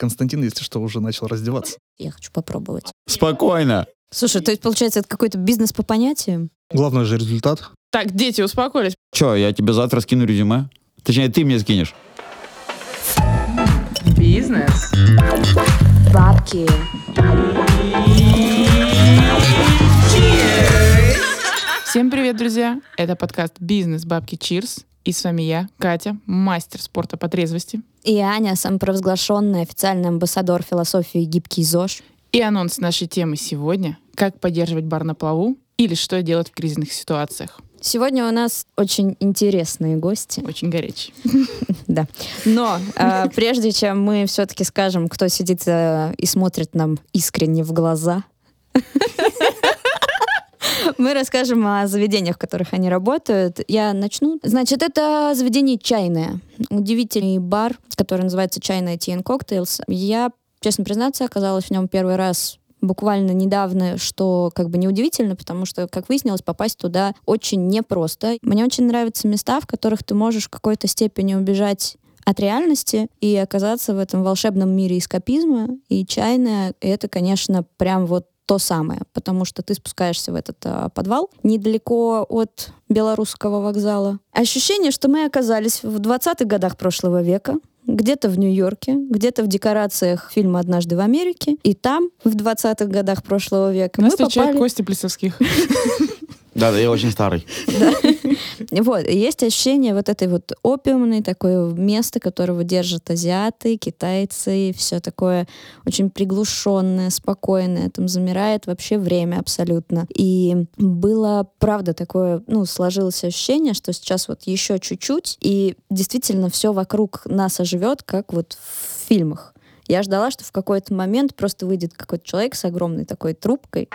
Константин, если что, уже начал раздеваться. Я хочу попробовать. Спокойно. Слушай, то есть, получается, это какой-то бизнес по понятиям? Главное же результат. Так, дети, успокоились. Че, я тебе завтра скину резюме? Точнее, ты мне скинешь. Бизнес. Бабки. Всем привет, друзья. Это подкаст «Бизнес. Бабки. Чирс». И с вами я, Катя, мастер спорта по трезвости. И Аня, самопровозглашенный официальный амбассадор философии «Гибкий ЗОЖ». И анонс нашей темы сегодня — как поддерживать бар на плаву или что делать в кризисных ситуациях. Сегодня у нас очень интересные гости. Очень горячий. Да. Но прежде чем мы все-таки скажем, кто сидит и смотрит нам искренне в глаза, мы расскажем о заведениях, в которых они работают. Я начну. Значит, это заведение «Чайное». Удивительный бар, который называется «Чайное Tea and Cocktails». Я, честно признаться, оказалась в нем первый раз буквально недавно, что как бы неудивительно, потому что, как выяснилось, попасть туда очень непросто. Мне очень нравятся места, в которых ты можешь в какой-то степени убежать от реальности и оказаться в этом волшебном мире эскапизма. И «Чайное» — это, конечно, прям вот то самое, потому что ты спускаешься в этот подвал недалеко от Белорусского вокзала. Ощущение, что мы оказались в 20-х годах прошлого века, где-то в Нью-Йорке, где-то в декорациях фильма «Однажды в Америке», и там, в 20-х годах прошлого века, Нас мы встречает попали... Костя Плесовских. Да, я очень старый. Вот, есть ощущение вот этой вот опиумной, такое место, которого держат азиаты, китайцы, и все такое очень приглушенное, спокойное, там замирает вообще время абсолютно. И было, правда, такое, сложилось ощущение, что сейчас вот еще чуть-чуть, и действительно все вокруг нас оживет, как вот в фильмах. Я ждала, что в какой-то момент просто выйдет какой-то человек с огромной такой трубкой,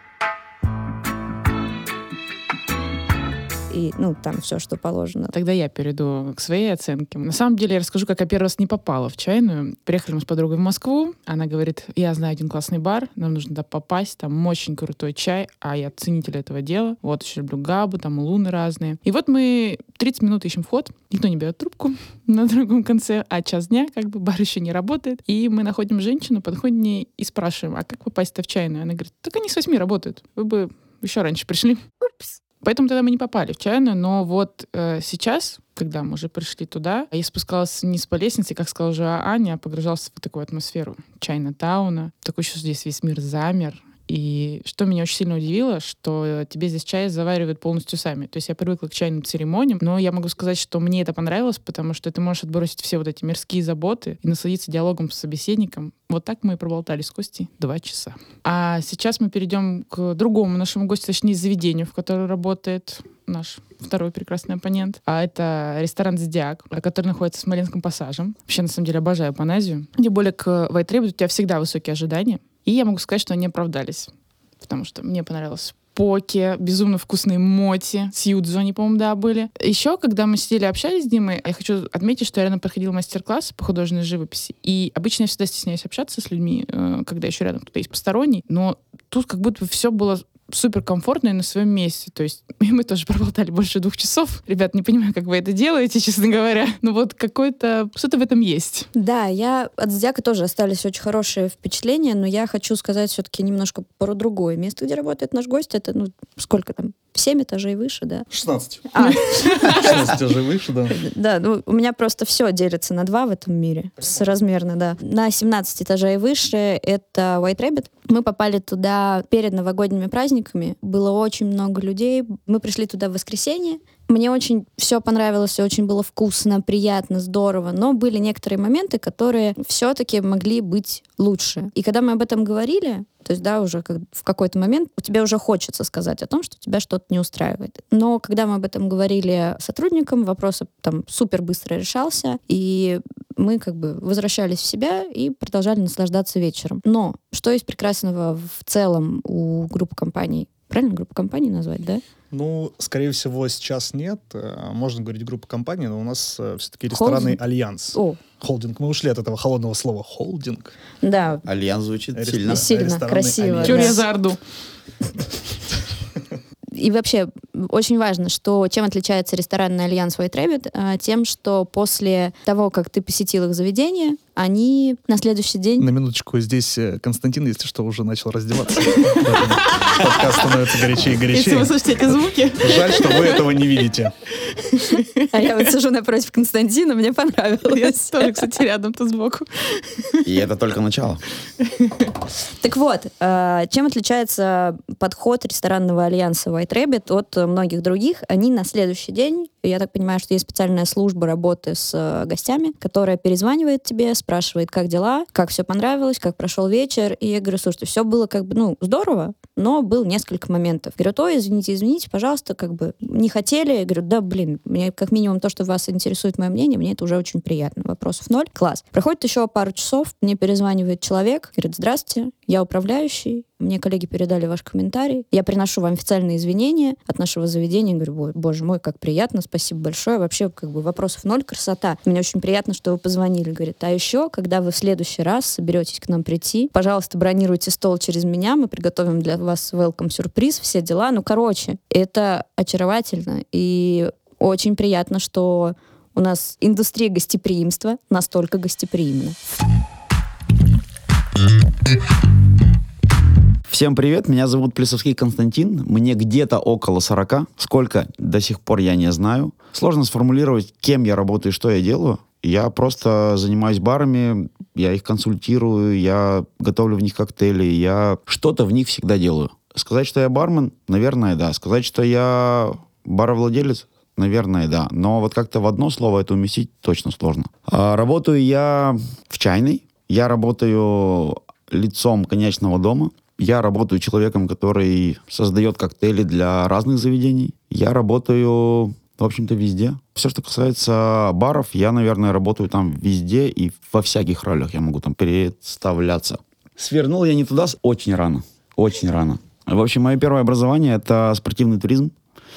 и, там все, что положено. Тогда я перейду к своей оценке. На самом деле, я расскажу, как я первый раз не попала в «Чайную». Приехали мы с подругой в Москву. Она говорит: я знаю один классный бар, нам нужно туда попасть, там очень крутой чай, а я ценитель этого дела. Вот, еще люблю габу, там луны разные. И вот мы 30 минут ищем вход, никто не берет трубку на другом конце, а час дня, бар еще не работает. И мы находим женщину, подходим к ней и спрашиваем: а как попасть-то в «Чайную? Она говорит: так они с 8 работают, вы бы еще раньше пришли. Упс. Поэтому тогда мы не попали в «Чайную», но вот сейчас, когда мы уже пришли туда, я спускалась вниз по лестнице, как сказала уже Аня, погружалась в такую атмосферу Чайна-тауна. Такое чувство, что здесь весь мир замер. И что меня очень сильно удивило, что тебе здесь чай заваривают полностью сами. То есть я привыкла к чайным церемониям, но я могу сказать, что мне это понравилось, потому что ты можешь отбросить все вот эти мирские заботы и насладиться диалогом с собеседником. Вот так мы и проболтали с Костей 2 часа. А сейчас мы перейдем к другому нашему гостю, точнее, заведению, в котором работает наш второй прекрасный оппонент. А это ресторан «Зодиак», который находится в Смоленском пассаже. Вообще, на самом деле, обожаю Паназию. Тем более к White Rabbit у тебя всегда высокие ожидания. И я могу сказать, что они оправдались. Потому что мне понравилось поке, безумно вкусные моти, с юдзо они, по-моему, да, были. Еще, когда мы сидели, общались с Димой, я хочу отметить, что я рядом проходила мастер-класс по художественной живописи. И обычно я всегда стесняюсь общаться с людьми, когда еще рядом кто-то есть посторонний. Но тут как будто бы все было супер комфортно и на своем месте. То есть мы тоже проболтали больше 2 часов. Ребят, не понимаю, как вы это делаете, честно говоря. Но вот что-то в этом есть. Да, от «Зодиака» тоже остались очень хорошие впечатления, но я хочу сказать все-таки немножко про другое место, где работает наш гость. Это, сколько там? 7 этажей выше, да? 16. 16 этажей выше, да. Да, у меня просто все делится на 2 в этом мире. Соразмерно, да. На 17 этажей выше это White Rabbit. Мы попали туда перед новогодними праздниками. Было очень много людей. Мы пришли туда в воскресенье. Мне очень все понравилось, все очень было вкусно, приятно, здорово, но были некоторые моменты, которые все-таки могли быть лучше. И когда мы об этом говорили, то есть, да, уже в какой-то момент тебе уже хочется сказать о том, что тебя что-то не устраивает. Но когда мы об этом говорили сотрудникам, вопрос там супер быстро решался, и мы возвращались в себя и продолжали наслаждаться вечером. Но что есть прекрасного в целом у группы компаний? Правильно группу компаний назвать, да? Скорее всего, сейчас нет. Можно говорить группа компаний, но у нас все-таки ресторанный альянс. Холдинг. Мы ушли от этого холодного слова холдинг. Да. Альянс звучит сильно. Сильно, красиво. Тюрья за Орду. И вообще очень важно, что чем отличается ресторанный альянс White Rabbit, тем, что после того, как ты посетил их заведение, они на следующий день... На минуточку, здесь Константин, если что, уже начал раздеваться. Подкаст становится горячее и горячее. Если вы слышите эти звуки. Жаль, что вы этого не видите. А я вот сижу напротив Константина, мне понравилось. Я тоже, кстати, рядом-то сбоку. И это только начало. Так вот, чем отличается подход ресторанного альянса White Rabbit от многих других? Они на следующий день, я так понимаю, что есть специальная служба работы с гостями, которая перезванивает тебе, спрашивает, как дела, как все понравилось, как прошел вечер. И я говорю, слушайте, все было как бы, здорово, но было несколько моментов. Говорят, ой, извините, пожалуйста, как бы не хотели. Я говорю, да, блин, мне как минимум то, что вас интересует мое мнение, мне это уже очень приятно. Вопросов ноль. Класс. Проходит еще пару часов, мне перезванивает человек, говорит, здравствуйте, я управляющий, мне коллеги передали ваш комментарий, я приношу вам официальные извинения от нашего заведения. Говорю, боже мой, как приятно, спасибо большое. Вообще, как бы вопросов ноль, красота. Мне очень приятно, что вы позвонили. Говорит, а еще, когда вы в следующий раз соберетесь к нам прийти, пожалуйста, бронируйте стол через меня, мы приготовим для вас welcome-сюрприз, все дела. Короче, это очаровательно и очень приятно, что у нас индустрия гостеприимства настолько гостеприимна. Всем привет, меня зовут Плесовский Константин, мне где-то около 40, сколько до сих пор я не знаю. Сложно сформулировать, кем я работаю и что я делаю. Я просто занимаюсь барами, я их консультирую, я готовлю в них коктейли, я что-то в них всегда делаю. Сказать, что я бармен, наверное, да. Сказать, что я баровладелец, наверное, да. Но вот как-то в одно слово это уместить точно сложно. Работаю я в чайной, я работаю лицом коньячного дома. Я работаю человеком, который создает коктейли для разных заведений. Я работаю, в общем-то, везде. Все, что касается баров, я, наверное, работаю там везде и во всяких ролях я могу там представляться. Свернул я не туда очень рано. Очень рано. В общем, мое первое образование — это спортивный туризм.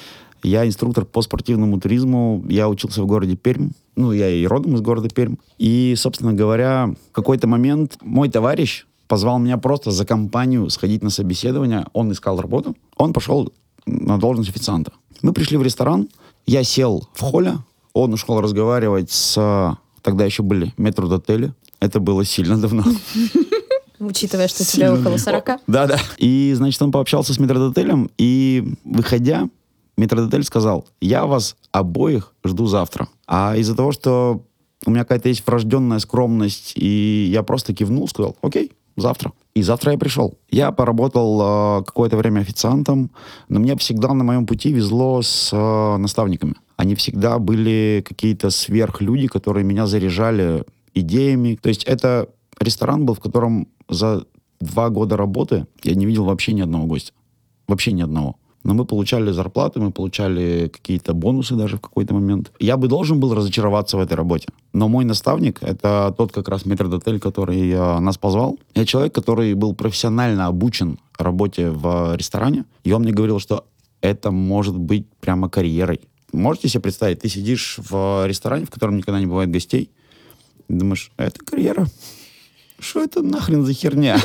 Я инструктор по спортивному туризму. Я учился в городе Пермь. Я и родом из города Пермь. И, собственно говоря, в какой-то момент мой товарищ позвал меня просто за компанию сходить на собеседование. Он искал работу. Он пошел на должность официанта. Мы пришли в ресторан. Я сел в холле. Он ушел разговаривать с... Тогда еще были метрдотели. Это было сильно давно. Учитывая, что тебе около 40. Да. И, значит, он пообщался с метрдотелем. И, выходя, метрдотель сказал, я вас обоих жду завтра. А из-за того, что у меня какая-то есть врожденная скромность, и я просто кивнул, сказал, окей, завтра. И завтра я пришел. Я поработал какое-то время официантом, но мне всегда на моем пути везло с наставниками. Они всегда были какие-то сверхлюди, которые меня заряжали идеями. То есть это ресторан был, в котором за 2 года работы я не видел вообще ни одного гостя. Вообще ни одного. Но мы получали зарплаты, мы получали какие-то бонусы даже в какой-то момент. Я бы должен был разочароваться в этой работе. Но мой наставник, это тот как раз метрдотель, который нас позвал. Я человек, который был профессионально обучен работе в ресторане. И он мне говорил, что это может быть прямо карьерой. Можете себе представить, ты сидишь в ресторане, в котором никогда не бывает гостей, и думаешь, это карьера. Что это нахрен за херня?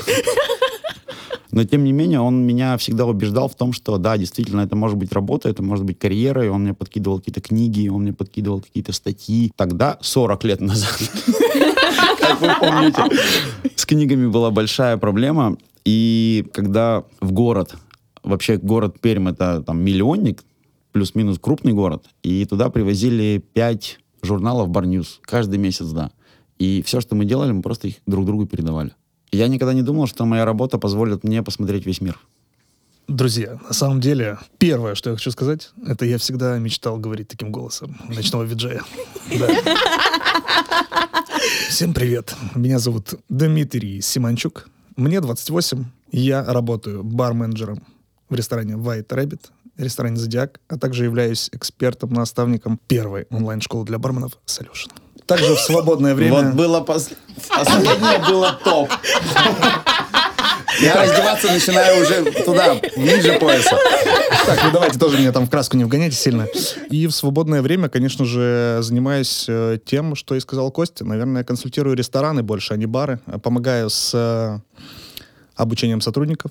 Но, тем не менее, он меня всегда убеждал в том, что, да, действительно, это может быть работа, это может быть карьера, и он мне подкидывал какие-то книги, он мне подкидывал какие-то статьи. Тогда, 40 лет назад, как вы помните, с книгами была большая проблема. И когда в город, вообще город Пермь, это там миллионник, плюс-минус крупный город, и туда привозили 5 журналов Bar News каждый месяц, да. И все, что мы делали, мы просто их друг другу передавали. Я никогда не думал, что моя работа позволит мне посмотреть весь мир. Друзья, на самом деле, первое, что я хочу сказать, это я всегда мечтал говорить таким голосом ночного виджея. Всем привет. Меня зовут Дмитрий Симончук. Мне 28. Я работаю бар-менеджером в ресторане White Rabbit, ресторане «Зодиак», а также являюсь экспертом-наставником первой онлайн-школы для барменов Solution. Также в свободное время... Вот было последнее было топ. Я раздеваться начинаю уже туда, ниже пояса. Так, давайте тоже меня там в краску не вгоняйте сильно. И в свободное время, конечно же, занимаюсь тем, что и сказал Костя. Наверное, консультирую рестораны больше, а не бары. Помогаю с обучением сотрудников,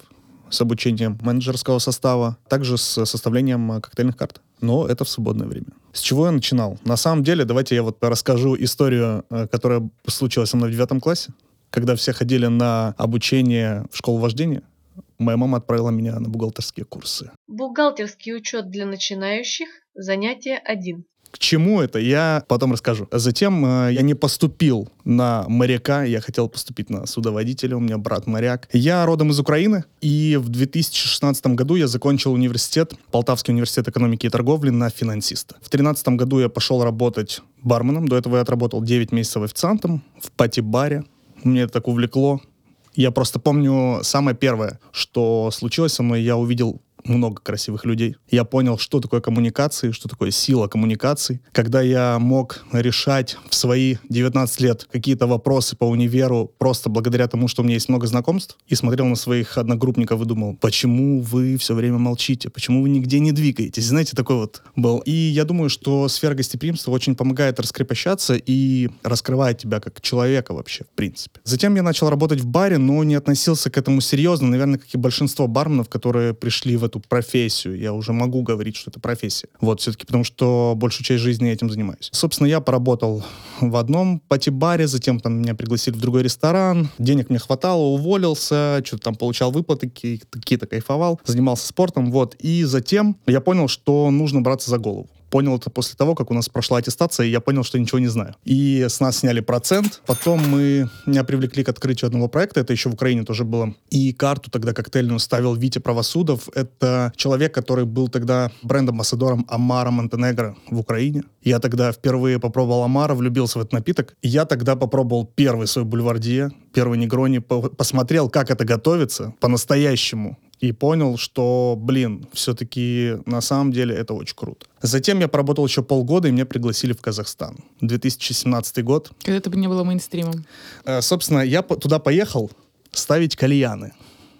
с обучением менеджерского состава, также с составлением коктейльных карт. Но это в свободное время. С чего я начинал? На самом деле, давайте я вот расскажу историю, которая случилась со мной в 9 классе. Когда все ходили на обучение в школу вождения, моя мама отправила меня на бухгалтерские курсы. Бухгалтерский учет для начинающих. Занятие 1. К чему это, я потом расскажу. Затем я не поступил на моряка, я хотел поступить на судоводителя, у меня брат моряк. Я родом из Украины, и в 2016 году я закончил университет, Полтавский университет экономики и торговли, на финансиста. В 2013 году я пошел работать барменом, до этого я отработал 9 месяцев официантом в пати-баре. Мне это так увлекло. Я просто помню самое первое, что случилось со мной, я увидел много красивых людей. Я понял, что такое коммуникации, что такое сила коммуникаций. Когда я мог решать в свои 19 лет какие-то вопросы по универу просто благодаря тому, что у меня есть много знакомств, и смотрел на своих одногруппников и думал, почему вы все время молчите, почему вы нигде не двигаетесь. Знаете, такой вот был. И я думаю, что сфера гостеприимства очень помогает раскрепощаться и раскрывает тебя как человека вообще, в принципе. Затем я начал работать в баре, но не относился к этому серьезно, наверное, как и большинство барменов, которые пришли в эту профессию. Я уже могу говорить, что это профессия. Вот, все-таки потому, что большую часть жизни я этим занимаюсь. Собственно, я поработал в одном пати-баре, затем там меня пригласили в другой ресторан. Денег мне хватало, уволился, что-то там получал выплаты, какие-то кайфовал, занимался спортом, вот. И затем я понял, что нужно браться за голову. Понял это после того, как у нас прошла аттестация, и я понял, что ничего не знаю. И с нас сняли процент. Потом меня привлекли к открытию одного проекта, это еще в Украине тоже было. И карту тогда коктейльную ставил Витя Правосудов. Это человек, который был тогда бренд-амбассадором Амара Монтенегро в Украине. Я тогда впервые попробовал Амара, влюбился в этот напиток. И я тогда попробовал первый свой бульвардье, первый негрони, посмотрел, как это готовится по-настоящему. И понял, что, все-таки на самом деле это очень круто. Затем я поработал еще полгода, и меня пригласили в Казахстан. 2017 год. Когда это бы не было мейнстримом. Собственно, я туда поехал ставить кальяны.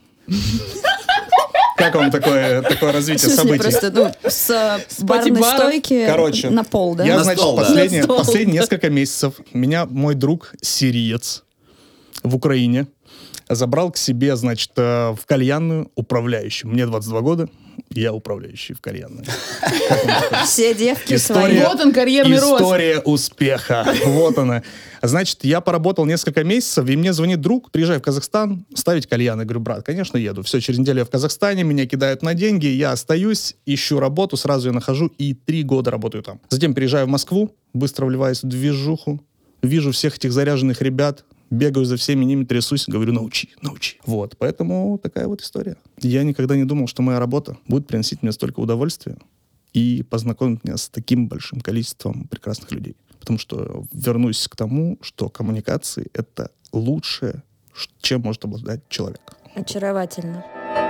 Как вам такое развитие событий? Просто, с барной стойки на пол, да? Я, На значит, стол, да. последние несколько месяцев меня мой друг сириец в Украине забрал к себе, значит, в кальянную управляющим. Мне 22 года, я управляющий в кальянной. Все девки свои. Вот он, карьерный рост. История успеха. Вот она. Значит, я поработал несколько месяцев, и мне звонит друг, приезжай в Казахстан, ставить кальян. Я говорю, брат, конечно, еду. Все, через неделю я в Казахстане, меня кидают на деньги, я остаюсь, ищу работу, сразу я нахожу, и 3 года работаю там. Затем приезжаю в Москву, быстро вливаюсь в движуху, вижу всех этих заряженных ребят, бегаю за всеми ними, трясусь, говорю, научи. Вот, поэтому такая вот история. Я никогда не думал, что моя работа будет приносить мне столько удовольствия и познакомить меня с таким большим количеством прекрасных людей. Потому что вернусь к тому, что коммуникации — это лучшее, чем может обладать человек. Очаровательно.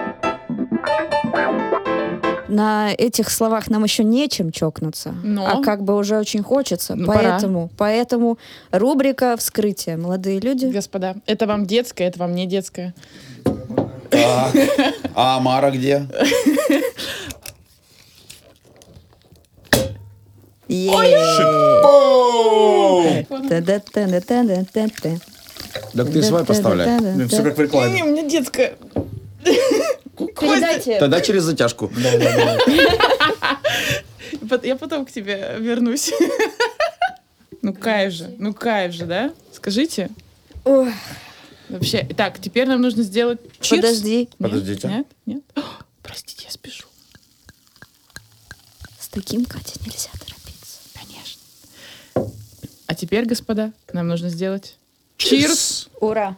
На этих словах нам еще нечем чокнуться, а как бы уже очень хочется. Поэтому рубрика «Вскрытие». Молодые люди. Господа, это вам детское, это вам не детское. А Амара где? Так ты свой поставляй. Все как в рекламе. Не, у меня детское. Передайте. Тогда через затяжку. Я потом к тебе вернусь. Ну кайф же, да? Скажите. Ой. Вообще, так, теперь нам нужно сделать... Подожди. Подождите. Нет? Простите, я спешу. С таким, Катя, нельзя торопиться. Конечно. А теперь, господа, нам нужно сделать... Чирс! Ура!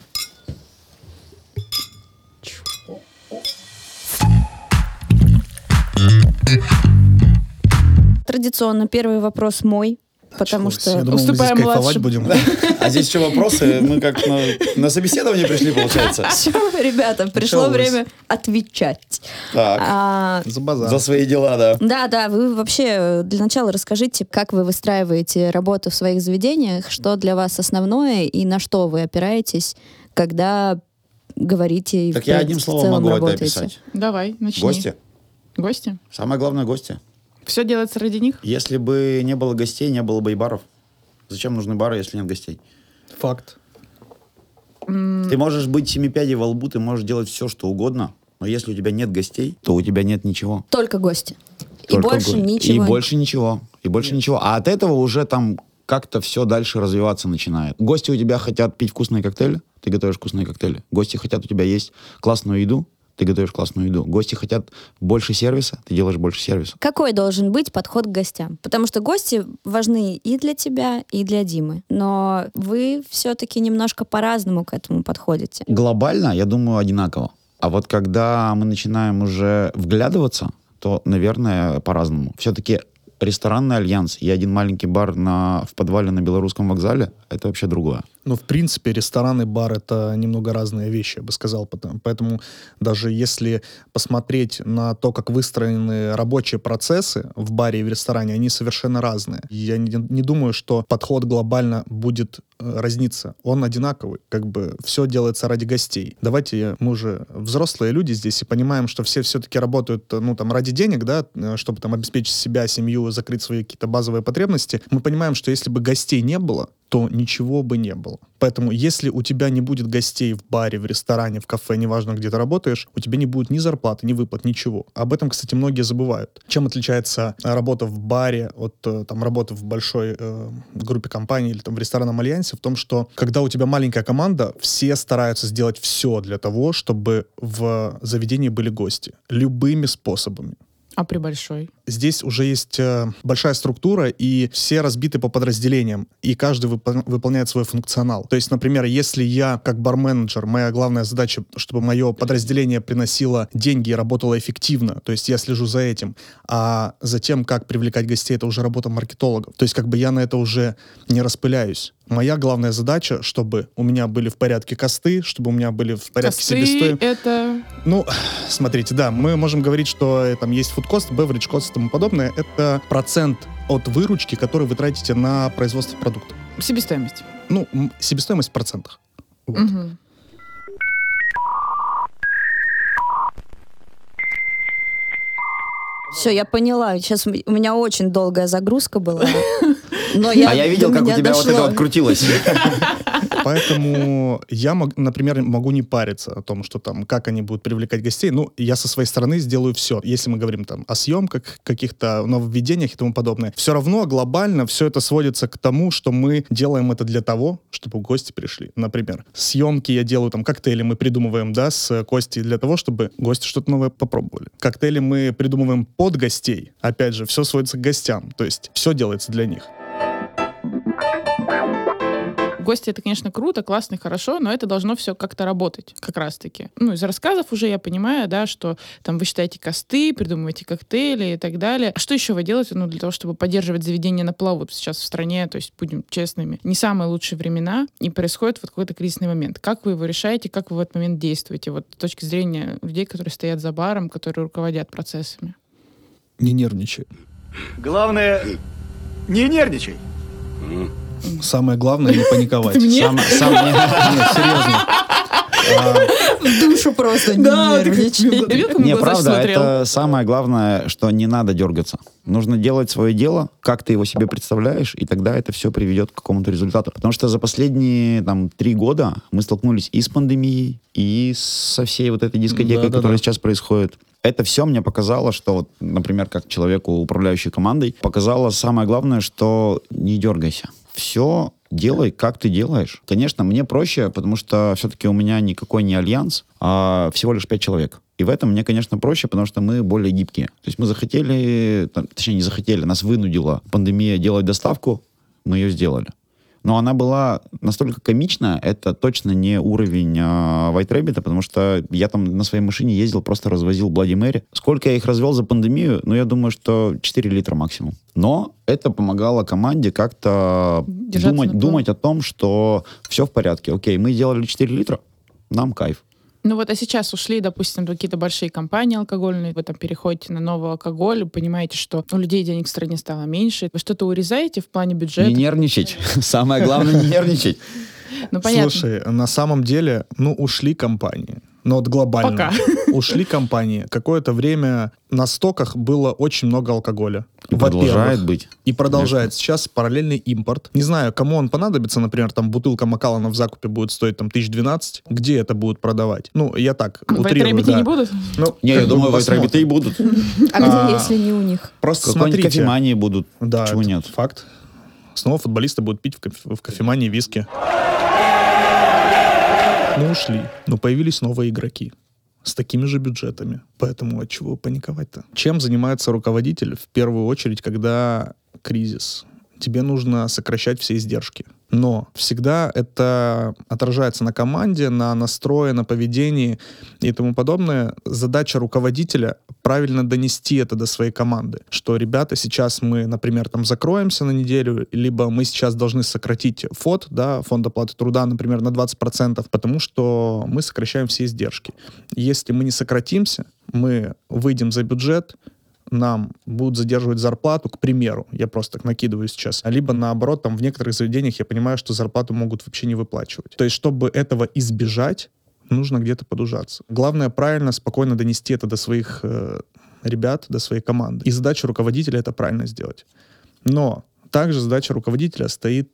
Традиционно первый вопрос мой, потому что... Я думал, мы здесь уступаем кайфовать младшим. будем. А здесь еще вопросы. Мы как на собеседование пришли, получается. Все, ребята, пришло Началось. время отвечать. Так, За базар. за свои дела, да. Да, вы вообще для начала расскажите, как вы выстраиваете работу в своих заведениях, что для вас основное и на что вы опираетесь, когда говорите и Так я одним в словом целом могу это работаете. описать. Давай, начни. Гости. Гости? Самое главное — гости. Все делается ради них? Если бы не было гостей, не было бы и баров. Зачем нужны бары, если нет гостей? Факт. Ты можешь быть семипядей во лбу, ты можешь делать все, что угодно, Но если у тебя нет гостей, то у тебя нет ничего. Только гости. И Только больше го- ничего. И больше ничего. И больше ничего. А от этого уже там как-то все дальше развиваться начинает. Гости у тебя хотят пить вкусные коктейли, ты готовишь вкусные коктейли. Гости хотят у тебя есть классную еду, ты готовишь классную еду. Гости хотят больше сервиса, ты делаешь больше сервиса. Какой должен быть подход к гостям? Потому что гости важны и для тебя, и для Димы. Но вы все-таки немножко по-разному к этому подходите. Глобально, я думаю, одинаково. А вот когда мы начинаем уже вглядываться, то, наверное, по-разному. Все-таки ресторанный альянс и один маленький бар в подвале на Белорусском вокзале — это вообще другое. Ну, в принципе, ресторан и бар — это немного разные вещи, я бы сказал. Поэтому даже если посмотреть на то, как выстроены рабочие процессы в баре и в ресторане, они совершенно разные. Я не думаю, что подход глобально будет разниться. Он одинаковый. Как бы все делается ради гостей. Давайте, мы уже взрослые люди здесь и понимаем, что все все-таки работают, ну, там, ради денег, да, чтобы там обеспечить себя, семью, закрыть свои какие-то базовые потребности. Мы понимаем, что если бы гостей не было, то ничего бы не было. Поэтому, если у тебя не будет гостей в баре, в ресторане, в кафе, неважно, где ты работаешь, у тебя не будет ни зарплаты, ни выплат, ничего. Об этом, кстати, многие забывают. Чем отличается работа в баре от там, работы в большой группе компаний или там, в ресторанном альянсе? В том, что когда у тебя маленькая команда, все стараются сделать все для того, чтобы в заведении были гости. Любыми способами. А при большой? Здесь уже есть большая структура, и все разбиты по подразделениям, и каждый выполняет свой функционал. То есть, например, если я, как бар-менеджер, моя главная задача, чтобы мое подразделение приносило деньги и работало эффективно, то есть я слежу за этим, а за тем, как привлекать гостей, это уже работа маркетологов. То есть как бы я на это уже не распыляюсь. Моя главная задача, чтобы у меня были в порядке косты, чтобы у меня были в порядке себестоимости. Это... Ну, смотрите, да, мы можем говорить, что там есть фудкост, бевридж кост и тому подобное. Это процент от выручки, который вы тратите на производство продукта. Себестоимость. Ну, себестоимость в процентах. Вот. Мгм. Все, я поняла. Сейчас у меня очень долгая загрузка была. Но А я видел, до как у меня тебя вот это дошло. вот крутилось. Поэтому я, например, могу не париться о том, что там, как они будут привлекать гостей. Ну, я со своей стороны сделаю все. Если мы говорим там о съемках, каких-то нововведениях и тому подобное. Все равно глобально все это сводится к тому, что мы делаем это для того, чтобы гости пришли. Например, съемки я делаю, там, коктейли мы придумываем, да, с Костей для того, чтобы гости что-то новое попробовали. Коктейли мы придумываем под гостей. Опять же, все сводится к гостям. То есть все делается для них. Гости — это, конечно, круто, классно, хорошо, но это должно все как-то работать, как раз-таки. Ну, из рассказов уже я понимаю, да, что там вы считаете косты, придумываете коктейли и так далее. А что еще вы делаете, ну, для того, чтобы поддерживать заведение на плаву? Сейчас в стране, то есть, будем честными, не самые лучшие времена, и происходит вот какой-то кризисный момент. Как вы его решаете, как вы в этот момент действуете? Вот с точки зрения людей, которые стоят за баром, которые руководят процессами. Не нервничай. Главное, не нервничай. Самое главное — не паниковать. Мне? Нет, серьезно. В душу просто не нервничай. Не, правда, это самое главное, что не надо дергаться. Нужно делать свое дело, как ты его себе представляешь, и тогда это все приведет к какому-то результату. Потому что за последние 3 года мы столкнулись и с пандемией, и со всей вот этой дискотекой, которая сейчас происходит. Это все мне показало, что, вот, например, как человеку, управляющей командой, показало самое главное, что не дергайся. Все делай, как ты делаешь. Конечно, мне проще, потому что все-таки у меня никакой не альянс, а всего лишь 5 человек. И в этом мне, конечно, проще, потому что мы более гибкие. То есть мы захотели, точнее, не захотели, нас вынудила пандемия делать доставку, мы ее сделали. Но она была настолько комичная, это точно не уровень White Rabbit, потому что я там на своей машине ездил, просто развозил Bloody Mary. Сколько я их развел за пандемию? Ну, я думаю, что 4 литра максимум. Но это помогало команде как-то думать о том, что все в порядке. Окей, мы сделали 4 литра, нам кайф. Ну вот, а сейчас ушли, допустим, какие-то большие компании алкогольные, вы там переходите на новый алкоголь, понимаете, что у людей денег в стране стало меньше. Вы что-то урезаете в плане бюджета? Не нервничать. Самое главное, не нервничать. Ну, понятно. Слушай, на самом деле, ушли компании. но вот глобально. Пока. Ушли компании. Какое-то время на стоках было очень много алкоголя. И продолжает быть. И продолжает. Сейчас параллельный импорт. Не знаю, кому он понадобится, например, там бутылка Макаллана в закупе будет стоить там 1012. Где это будут продавать? Ну, я так В утрирую, White Rabbit да. не будут? Ну, Не, как я бы думаю, в посмотрим. White Rabbit и будут. А где, если не у них? Просто Какой-нибудь смотрите. кофемании будут. Да, Почему это нет? факт. Снова футболисты будут пить в кофемании виски. Ну, ушли. Но появились новые игроки с такими же бюджетами. Поэтому от чего паниковать-то? Чем занимается руководитель в первую очередь, когда кризис? Тебе нужно сокращать все издержки. Но всегда это отражается на команде, на настрое, на поведении и тому подобное. Задача руководителя — правильно донести это до своей команды. Что, ребята, сейчас мы, например, там закроемся на неделю, либо мы сейчас должны сократить ФОТ, да, фонд оплаты труда, например, на 20%, потому что мы сокращаем все издержки. Если мы не сократимся, мы выйдем за бюджет, нам будут задерживать зарплату, к примеру, я просто так накидываю сейчас, либо наоборот, там в некоторых заведениях я понимаю, что зарплату могут вообще не выплачивать. То есть, чтобы этого избежать, нужно где-то подужаться. Главное правильно, спокойно донести это до своих ребят, до своей команды. И задача руководителя — это правильно сделать. Но также задача руководителя стоит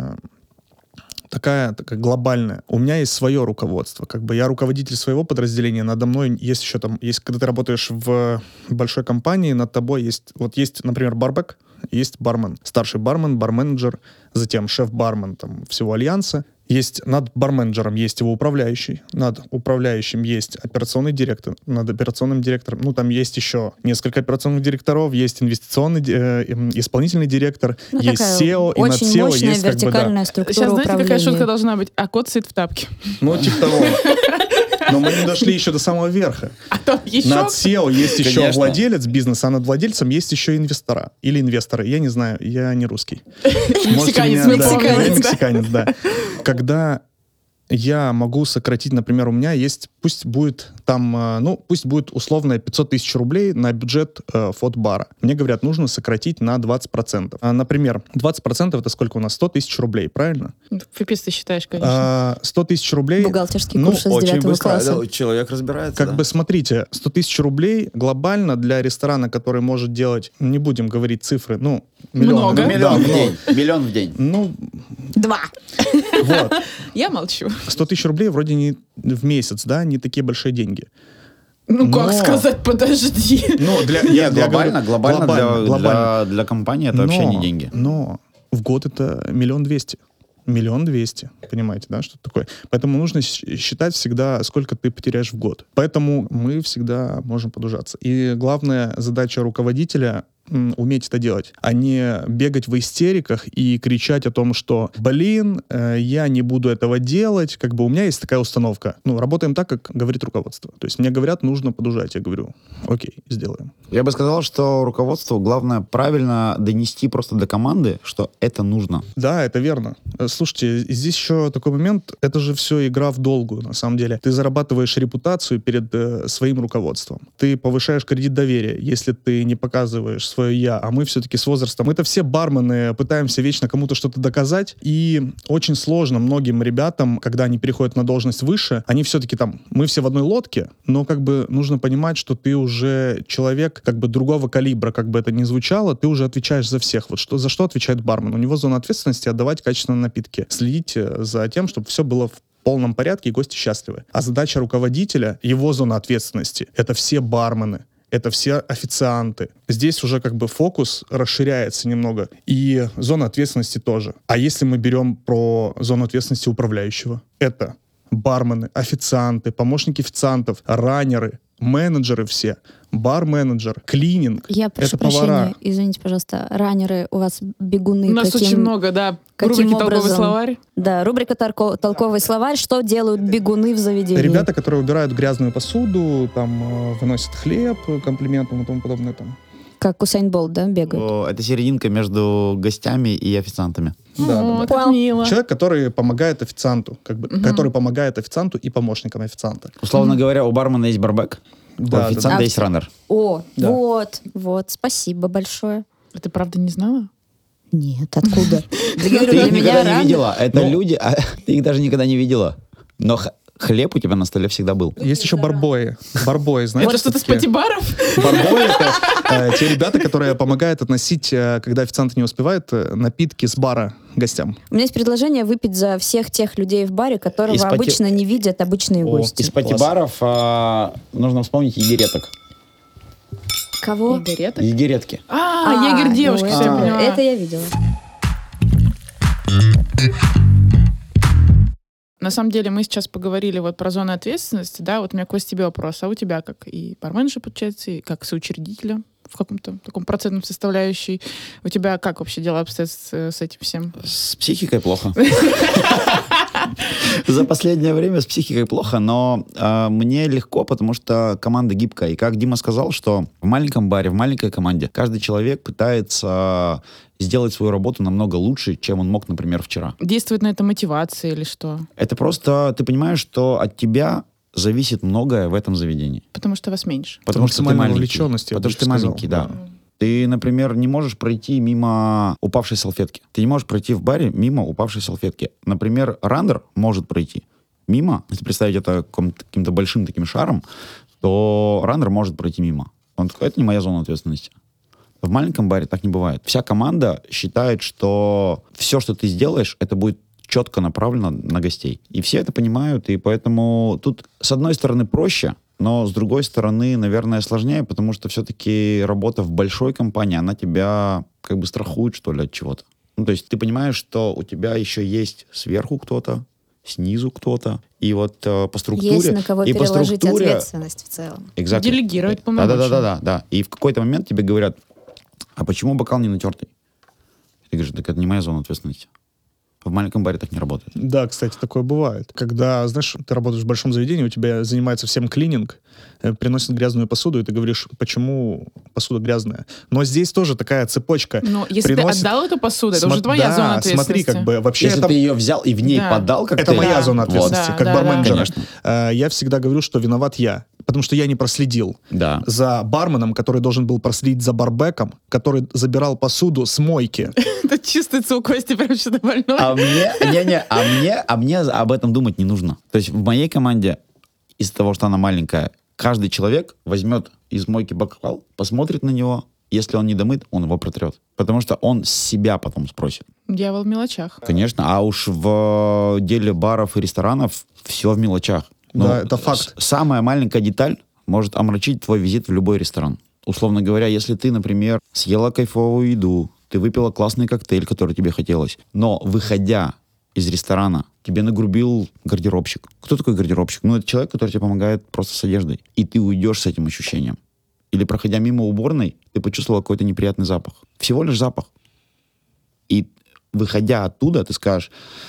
такая глобальная. У меня есть свое руководство. Как бы я руководитель своего подразделения, надо мной есть еще там, есть, когда ты работаешь в большой компании, над тобой есть, вот есть, например, барбек, есть бармен, старший бармен, барменеджер, затем шеф-бармен там всего альянса. Есть над барменеджером есть его управляющий, над управляющим есть операционный директор, над операционным директором, ну, там есть еще несколько операционных директоров, есть инвестиционный, исполнительный директор, Ну, есть такая SEO, и над очень SEO мощная есть как бы, да. вертикальная структура Сейчас, знаете, какая управления. шутка должна быть? А кот сидит в тапке. Ну, типа того. Но мы не дошли еще до самого верха. А то еще... Над SEO есть еще Конечно. владелец бизнеса, а над владельцем есть еще инвестора. Или инвесторы. Я не знаю, я не русский. Можете Мексиканец, меня- да, мексиканец, я да. мексиканец, да. Когда я могу сократить, например, у меня есть, пусть будет там, пусть будет условно 500 тысяч рублей на бюджет фотбара. Мне говорят, нужно сократить на 20%. Например, 20% это сколько у нас? 100 тысяч рублей, правильно? Пипец ты считаешь, конечно. 100 тысяч рублей. Бухгалтерский Ну, курс с 9 класса. Человек разбирается. Как бы смотрите, 100 тысяч рублей глобально для ресторана, который может делать, не будем говорить цифры, миллион. Много. Да, Миллион в много. день. Миллион в день. Ну, 2. вот. Я молчу. 100 тысяч рублей вроде не в месяц, да, не такие большие деньги. Ну, как Но- сказать, подожди. Ну, Нет, глобально глобально. для компании это вообще не деньги. Но в год это 1 200 000 000. 1 200 000. Понимаете, да, что это такое? Поэтому нужно считать всегда, сколько ты потеряешь в год. Поэтому мы всегда можем подужаться. И главная задача руководителя — уметь это делать, а не бегать в истериках и кричать о том, что, я не буду этого делать. Как бы у меня есть такая установка. Работаем так, как говорит руководство. То есть мне говорят, нужно подужать. Я говорю, окей, сделаем. Я бы сказал, что руководству главное правильно донести просто до команды, что это нужно. Да, это верно. Слушайте, здесь еще такой момент, это же все игра в долгую, на самом деле. Ты зарабатываешь репутацию перед своим руководством. Ты повышаешь кредит доверия, если ты не показываешь свое «я», а мы все-таки с возрастом. Это все бармены, пытаемся вечно кому-то что-то доказать, и очень сложно многим ребятам, когда они переходят на должность выше, они все-таки там, мы все в одной лодке, но как бы нужно понимать, что ты уже человек как бы другого калибра, как бы это ни звучало, ты уже отвечаешь за всех. Вот за что отвечает бармен? У него зона ответственности — отдавать качественные напитки, следить за тем, чтобы все было в полном порядке и гости счастливы. А задача руководителя, его зона ответственности — это все бармены, это все официанты. Здесь уже как бы фокус расширяется немного. И зона ответственности тоже. А если мы берем про зону ответственности управляющего? Это бармены, официанты, помощники официантов, раннеры, менеджеры все, бар-менеджер, клининг. Я прошу это повара. прощения, извините, пожалуйста, раннеры, у вас бегуны. У нас очень много, да. каким Рубрики «Толковый образом? словарь». Да, рубрика «Толковый словарь». Что делают бегуны в заведении? Ребята, которые убирают грязную посуду, там, выносят хлеб комплиментом и тому подобное. Там. Как Усейн Болт, да, бегают? Это серединка между гостями и официантами. Да. Как Понял. мило. Человек, который помогает официанту, который помогает официанту и помощникам официанта. Условно говоря, у бармена есть барбек, у Да, официанта да. есть раннер. О, Да. вот, спасибо большое. А ты правда не знала? Нет, откуда? Я говорю, Ты для их меня никогда не раннер. видела. Это Ну. люди, ты их даже никогда не видела. Но хлеб у тебя на столе всегда был. Есть еще барбои. Барбои, знаете, Это что-то с такие? пати-баров? Барбои — это те ребята, которые помогают относить, когда официанты не успевают, напитки с бара гостям. У меня есть предложение выпить за всех тех людей в баре, которого Из пати- обычно не видят обычные гости. Из пати-баров нужно вспомнить егереток. Кого? Игореток? Егеретки. Егер девушки, ну, все, я это, поняла. это я видела. На самом деле мы сейчас поговорили вот про зону ответственности, да, вот у меня, Кость, тебе вопрос, а у тебя как и барменджа, получается, и как соучредителя в каком-то таком процентном составляющей, у тебя как вообще дела обстоят с этим всем? С психикой плохо. За последнее время с психикой плохо, но мне легко, потому что команда гибкая. И как Дима сказал, что в маленьком баре, в маленькой команде каждый человек пытается сделать свою работу намного лучше, чем он мог, например, вчера. Действует на это мотивация или что? Это просто, ты понимаешь, что от тебя зависит многое в этом заведении. Потому что вас меньше. Потому что ты максимальная маленький. вовлеченность, я бы Потому что ты сказал. маленький, да. Ты, например, не можешь пройти мимо упавшей салфетки. Ты не можешь пройти в баре мимо упавшей салфетки. Например, рандер может пройти мимо. Если представить это каким-то большим таким шаром, то рандер может пройти мимо. Он такой, это не моя зона ответственности. В маленьком баре так не бывает. Вся команда считает, что все, что ты сделаешь, это будет четко направлено на гостей. И все это понимают, и поэтому тут, с одной стороны, проще, но с другой стороны, наверное, сложнее, потому что все-таки работа в большой компании, она тебя как бы страхует, что ли, от чего-то. Ну, то есть ты понимаешь, что у тебя еще есть сверху кто-то, снизу кто-то, и вот по структуре... Есть на кого и по переложить структуре- ответственность в целом. Exactly. Делегировать полномочия. Да. И в какой-то момент тебе говорят, а почему бокал не натертый? Ты говоришь, так это не моя зона ответственности. В маленьком баре так не работает. Да, кстати, такое бывает. Когда, знаешь, ты работаешь в большом заведении, у тебя занимается всем клининг, приносят грязную посуду, и ты говоришь, почему посуда грязная. Но здесь тоже такая цепочка. Но если Приносит- ты отдал эту посуду, это уже твоя да, зона ответственности. смотри, как бы вообще Если это... ты ее взял и в ней Да. подал, как Это ты... моя зона Вот. ответственности, Да, как да, барменджера. Конечно. Я всегда говорю, что виноват я, потому что я не проследил Да. за барменом, который должен был проследить за барбеком, который забирал посуду с мойки. Это чувствуется у Кости прям что-то больное. А мне об этом думать не нужно. То есть в моей команде, из-за того, что она маленькая, каждый человек возьмет из мойки бокал, посмотрит на него, если он не домыт, он его протрет. Потому что он с себя потом спросит. Дьявол в мелочах. Конечно. А уж в деле баров и ресторанов все в мелочах. Да, это факт. Самая маленькая деталь может омрачить твой визит в любой ресторан. Условно говоря, если ты, например, съела кайфовую еду, ты выпила классный коктейль, который тебе хотелось, но, выходя из ресторана, тебе нагрубил гардеробщик. Кто такой гардеробщик? Ну, это человек, который тебе помогает просто с одеждой. И ты уйдешь с этим ощущением. Или, проходя мимо уборной, ты почувствовал какой-то неприятный запах. Всего лишь запах. И, выходя оттуда, ты скажешь,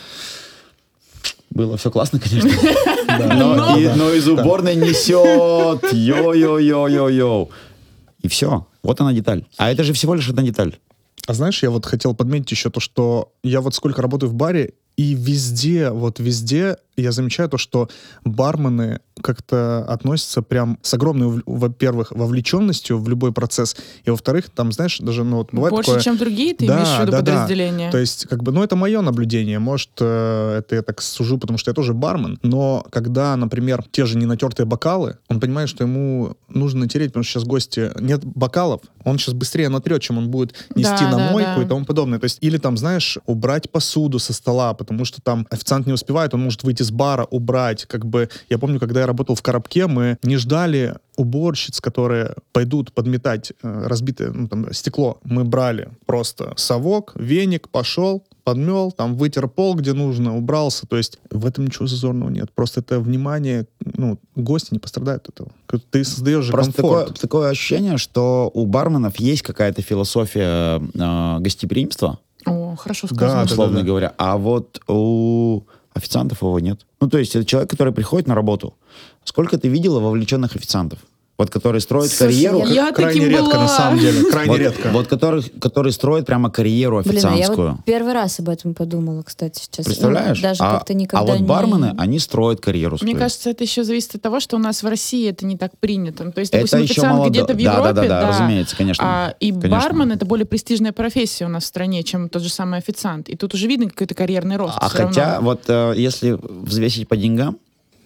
было все классно, конечно, но из уборной несет. Йо-йо-йо-йо-йо. И все. Вот она деталь. А это же всего лишь одна деталь. А знаешь, я вот хотел подметить еще то, что я вот сколько работаю в баре, и везде я замечаю то, что бармены как-то относятся прям с огромной, во-первых, вовлеченностью в любой процесс, и во-вторых, там, знаешь, даже, ну, вот бывает Больше, такое... чем другие, ты Да, имеешь в виду да, да. подразделения? То есть, как бы, ну, это мое наблюдение. Может, это я так сужу, потому что я тоже бармен. Но когда, например, те же ненатертые бокалы, он понимает, что ему нужно натереть, потому что сейчас гости... Нет бокалов, он сейчас быстрее натрет, чем он будет нести Да, на да, мойку да. и тому подобное. То есть, или там, знаешь, убрать посуду со стола, потому что там официант не успевает, он может выйти с бара, убрать. Как бы, я помню, когда я работал в коробке, мы не ждали уборщиц, которые пойдут подметать разбитое там, стекло. Мы брали просто совок, веник, пошел, подмел, там вытер пол, где нужно, убрался. То есть в этом ничего зазорного нет. Просто это внимание, ну, гости не пострадают от этого. Ты создаешь же Просто комфорт. такое ощущение, что у барменов есть какая-то философия гостеприимства, О, хорошо Да, сказано. условно говоря, а вот у официантов его нет. Ну, то есть это человек, который приходит на работу. Сколько ты видела вовлеченных официантов? Вот которые строят Слушай, карьеру. я Крайне таким редко, была. на самом деле. Крайне Вот, редко. вот которые строят прямо карьеру Блин, а я официантскую. вот первый раз об этом подумала, кстати, сейчас. Представляешь? Ну, даже а, как-то никогда а вот не... бармены, они строят карьеру свою. Мне кажется, это еще зависит от того, что у нас в России это не так принято. Ну, то есть, это допустим, еще официант молодо. где-то в Да, Европе, да, разумеется, конечно. И Конечно. бармен — это более престижная профессия у нас в стране, чем тот же самый официант. И тут уже видно какой-то карьерный рост. А всё хотя, равно. вот если взвесить по деньгам,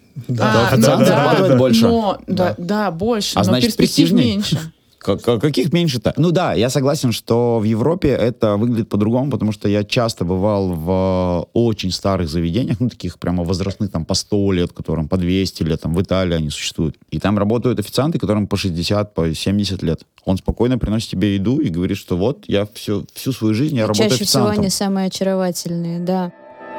Официант зарабатывает больше. Да, больше, А но значит, перспектив престижней. меньше. Каких меньше-то? Ну да, я согласен, что в Европе это выглядит по-другому, потому что я часто бывал в очень старых заведениях, ну таких прямо возрастных, там по 100 лет, которым по 200 лет, там в Италии они существуют. И там работают официанты, которым по 60, по 70 лет. Он спокойно приносит тебе еду и говорит, что вот, я всю свою жизнь я работаю Чаще всего официантом. они самые очаровательные, да.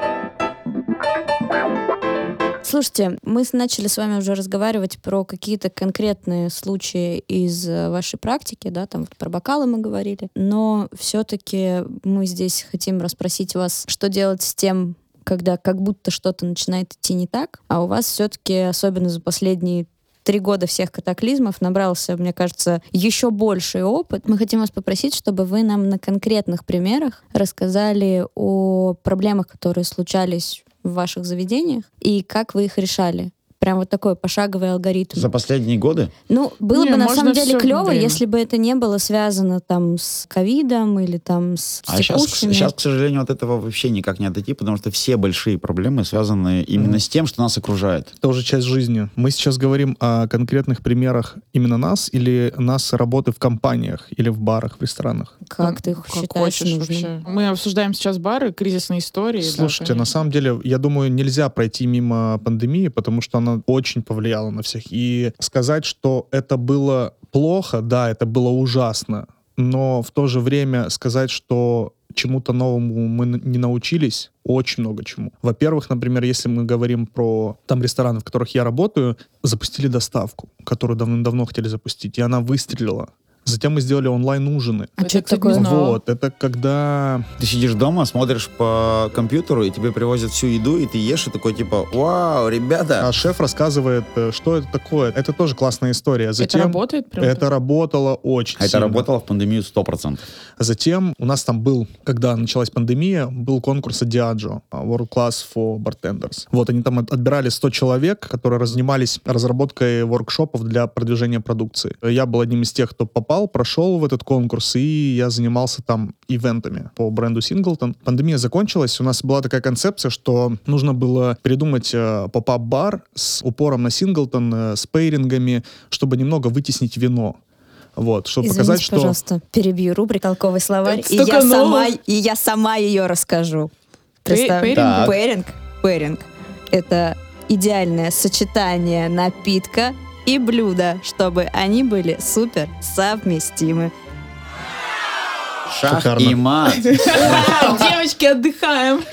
Слушайте, мы начали с вами уже разговаривать про какие-то конкретные случаи из вашей практики, да, там вот про бокалы мы говорили, но все-таки мы здесь хотим расспросить вас, что делать с тем, когда как будто что-то начинает идти не так, а у вас все-таки, особенно за последние 3 года всех катаклизмов, набрался, мне кажется, еще больший опыт. Мы хотим вас попросить, чтобы вы нам на конкретных примерах рассказали о проблемах, которые случались в ваших заведениях, и как вы их решали. Прям вот такой пошаговый алгоритм. За последние годы? Ну, было бы на можно самом деле всё клево, время. если бы это не было связано там с ковидом или там с текущими. Сейчас, к сожалению, от этого вообще никак не отойти, потому что все большие проблемы связаны именно с тем, что нас окружает. Это уже часть жизни. Мы сейчас говорим о конкретных примерах именно нас или нас работы в компаниях или в барах, в ресторанах. Как ты их Как считаешь хочешь нужным? вообще. Мы обсуждаем сейчас бары, кризисные истории. Слушайте, на самом деле, я думаю, нельзя пройти мимо пандемии, потому что она очень повлияла на всех. И сказать, что это было плохо, да, это было ужасно, но в то же время сказать, что чему-то новому мы не научились, очень много чему. Во-первых, например, если мы говорим про там рестораны, в которых я работаю, запустили доставку, которую давным-давно хотели запустить, и она выстрелила. Затем мы сделали онлайн-ужины. А что это такое? Вот, это когда... Ты сидишь дома, смотришь по компьютеру, и тебе привозят всю еду, и ты ешь, и такой типа, вау, ребята. А шеф рассказывает, что это такое. Это тоже классная история. Затем Это работает прям? это работало очень Это сильно. работало в пандемию 100%. Затем у нас там был, когда началась пандемия, был конкурс от Diageo, World Class for Bartenders. Вот, они там отбирали 100 человек, которые занимались разработкой воркшопов для продвижения продукции. Я был одним из тех, кто попал, прошел в этот конкурс, и я занимался там ивентами по бренду Singleton. Пандемия закончилась, у нас была такая концепция, что нужно было придумать поп-ап-бар с упором на Singleton, с пейрингами, чтобы немного вытеснить вино. Вот, чтобы Извините, показать, что... пожалуйста, перебью рубрика «Толковый словарь», Это и столько нового. я сама ее расскажу. Пейринг? Так. Пейринг — это идеальное сочетание напитка и блюда, чтобы они были супер совместимы. Шах Шикарно. и мат. Девочки, отдыхаем.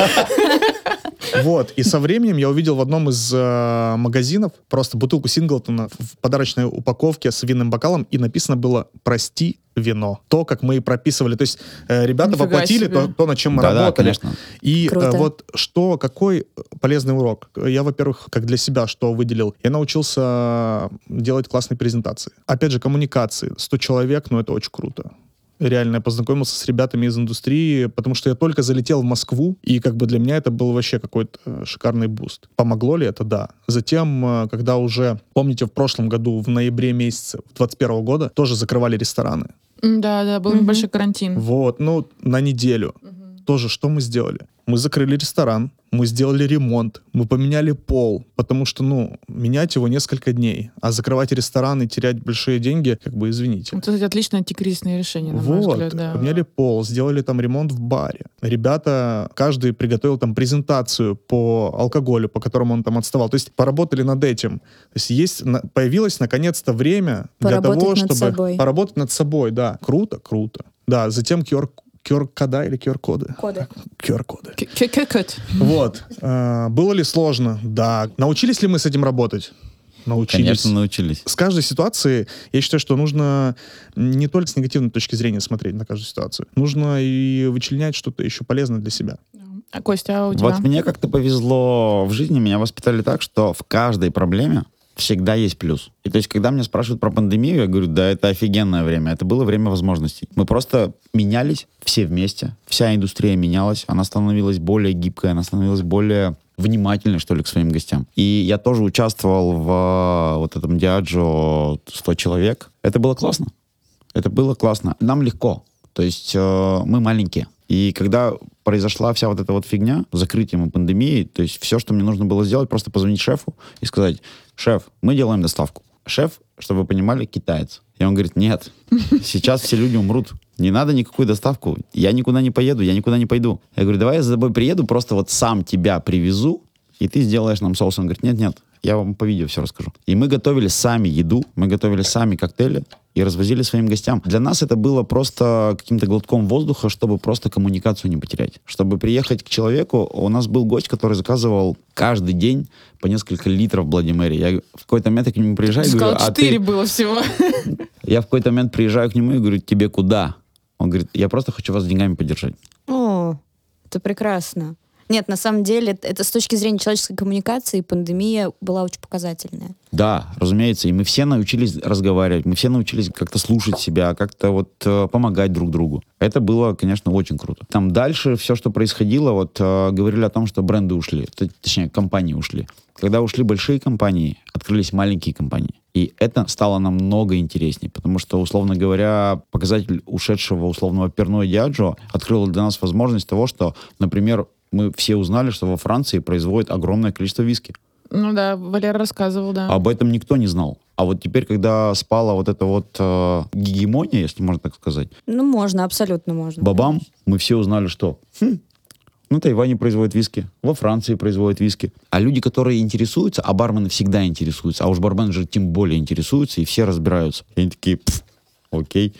Вот, и со временем я увидел в одном из магазинов просто бутылку Синглтона в подарочной упаковке с винным бокалом, и написано было «Прости, вино». То, как мы и прописывали. То есть ребята Нифига воплотили себе. то, над чем мы Да-да, работали. конечно. И Круто. вот какой полезный урок. Я, во-первых, как для себя что выделил? Я научился делать классные презентации. Опять же, коммуникации. 100 человек, это очень круто. Реально, я познакомился с ребятами из индустрии, потому что я только залетел в Москву, и для меня это был вообще какой-то шикарный буст. Помогло ли это? Да. Затем, когда уже, помните, в прошлом году, в ноябре месяце 2021 года, тоже закрывали рестораны. Да, был небольшой карантин. Вот, на неделю. Тоже что мы сделали? Мы закрыли ресторан, мы сделали ремонт, мы поменяли пол, потому что, менять его несколько дней, а закрывать ресторан и терять большие деньги, извините. Это, кстати, отличное антикризисное решение, на мой взгляд, да. Поменяли пол, сделали там ремонт в баре. Ребята, каждый приготовил там презентацию по алкоголю, по которому он там отставал. То есть поработали над этим. То есть появилось наконец-то время для того, Поработать над чтобы собой. поработать над собой, да. Круто. Да, затем QR-кода или QR-коды? Коды. QR-коды. Кэт. Вот. Было ли сложно? Да. Научились ли мы с этим работать? Научились. Конечно, научились. С каждой ситуации, я считаю, что нужно не только с негативной точки зрения смотреть на каждую ситуацию. Нужно и вычленять что-то еще полезное для себя. А Костя, а у тебя? Вот мне как-то повезло в жизни, меня воспитали так, что в каждой проблеме всегда есть плюс. И то есть, когда меня спрашивают про пандемию, я говорю, да, это офигенное время, это было время возможностей. Мы просто менялись все вместе, вся индустрия менялась, она становилась более гибкой, она становилась более внимательной, что ли, к своим гостям. И я тоже участвовал в вот этом Diageo 100 человек. Это было классно. Это было классно. Нам легко. То есть мы маленькие. И когда произошла вся вот эта вот фигня с закрытием и пандемией, то есть все, что мне нужно было сделать, просто позвонить шефу и сказать: шеф, мы делаем доставку. Шеф, чтобы вы понимали, китаец. И он говорит: нет, сейчас все люди умрут. Не надо никакую доставку. Я никуда не поеду, я никуда не пойду. Я говорю: давай я за тобой приеду, просто вот сам тебя привезу, и ты сделаешь нам соус. Он говорит: нет, я вам по видео все расскажу. И мы готовили сами еду, мы готовили сами коктейли и развозили своим гостям. Для нас это было просто каким-то глотком воздуха, чтобы просто коммуникацию не потерять. Чтобы приехать к человеку, у нас был гость, который заказывал каждый день по несколько литров Bloody Mary. Я в какой-то момент к нему приезжаю и говорю: Сказал, 4 было всего. Я в какой-то момент приезжаю к нему и говорю: тебе куда? Он говорит: я просто хочу вас деньгами поддержать. О, это прекрасно. Нет, на самом деле, это с точки зрения человеческой коммуникации пандемия была очень показательная. Да, разумеется, и мы все научились разговаривать, мы все научились как-то слушать себя, как-то вот помогать друг другу. Это было, конечно, очень круто. Там дальше все, что происходило, вот говорили о том, что бренды ушли, точнее, компании ушли. Когда ушли большие компании, открылись маленькие компании. И это стало намного интереснее, потому что, условно говоря, показатель ушедшего условного Перно и Диаджо открыл для нас возможность того, что, например, мы все узнали, что во Франции производят огромное количество виски. Ну да, Валера рассказывал, да. Об этом никто не знал. А вот теперь, когда спала вот эта вот гегемония, если можно так сказать, Ну, можно, абсолютно можно. бабам, мы все узнали, что на Тайване производят виски, во Франции производят виски. А люди, которые интересуются, а бармены всегда интересуются, а уж барменджеры тем более интересуются, и все разбираются. И они такие: окей,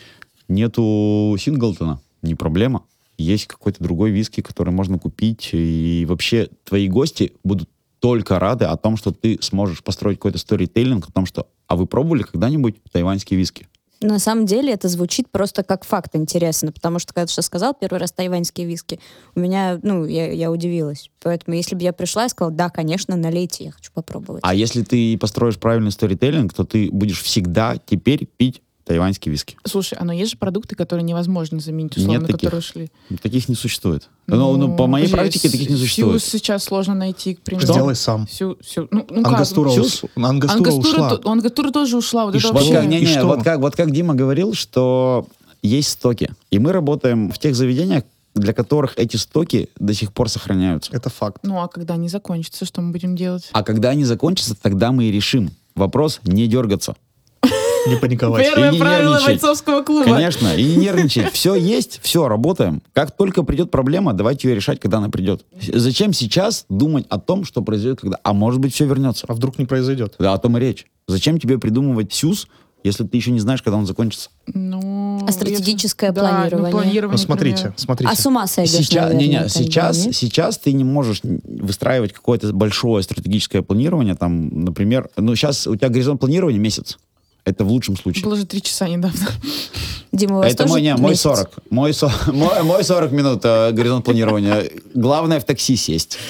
нету Синглтона, не проблема. Есть какой-то другой виски, который можно купить, и вообще твои гости будут только рады о том, что ты сможешь построить какой-то сторителлинг о том, что: а вы пробовали когда-нибудь тайваньские виски? На самом деле это звучит просто как факт интересно, потому что когда ты сейчас сказал первый раз тайваньские виски, у меня, я удивилась. Поэтому если бы я пришла и сказала: да, конечно, налейте, я хочу попробовать. А если ты построишь правильный сторителлинг, то ты будешь всегда теперь пить тайваньские виски. Слушай, но есть же продукты, которые невозможно заменить, условно, Нет таких. которые шли. Таких не существует. Ну, по моей практике таких не существует. Сиус сейчас сложно найти, к примеру. Сделай сам. Ну как? Ангастура Сиус? ушла. Ангастура тоже ушла. Вот И это что? Вот вообще... как, вот как Дима говорил, что есть стоки. И мы работаем в тех заведениях, для которых эти стоки до сих пор сохраняются. Это факт. Ну а когда они закончатся, что мы будем делать? А когда они закончатся, тогда мы и решим. Вопрос — не дергаться. Не паниковать. Первое И не правило нервничать. бойцовского клуба. Конечно, и не нервничать. Все есть, все, работаем. Как только придет проблема, давайте ее решать, когда она придет. Зачем сейчас думать о том, что произойдет когда? А может быть, все вернется. А вдруг не произойдет? Да, о том и речь. Зачем тебе придумывать СЮЗ, если ты еще не знаешь, когда он закончится? Ну, А стратегическое да, планирование? планирование, Ну, смотрите, например. смотрите. А с ума сойдешь, Сейчас, наверное, тогда, нет? сейчас ты не можешь выстраивать какое-то большое стратегическое планирование. Там, например, сейчас у тебя горизонт планирования месяц. Это в лучшем случае. Было же 3 часа недавно. Дима, у вас Это тоже мой месяц? 40. Мой 40 минут горизонт планирования. Главное в такси сесть.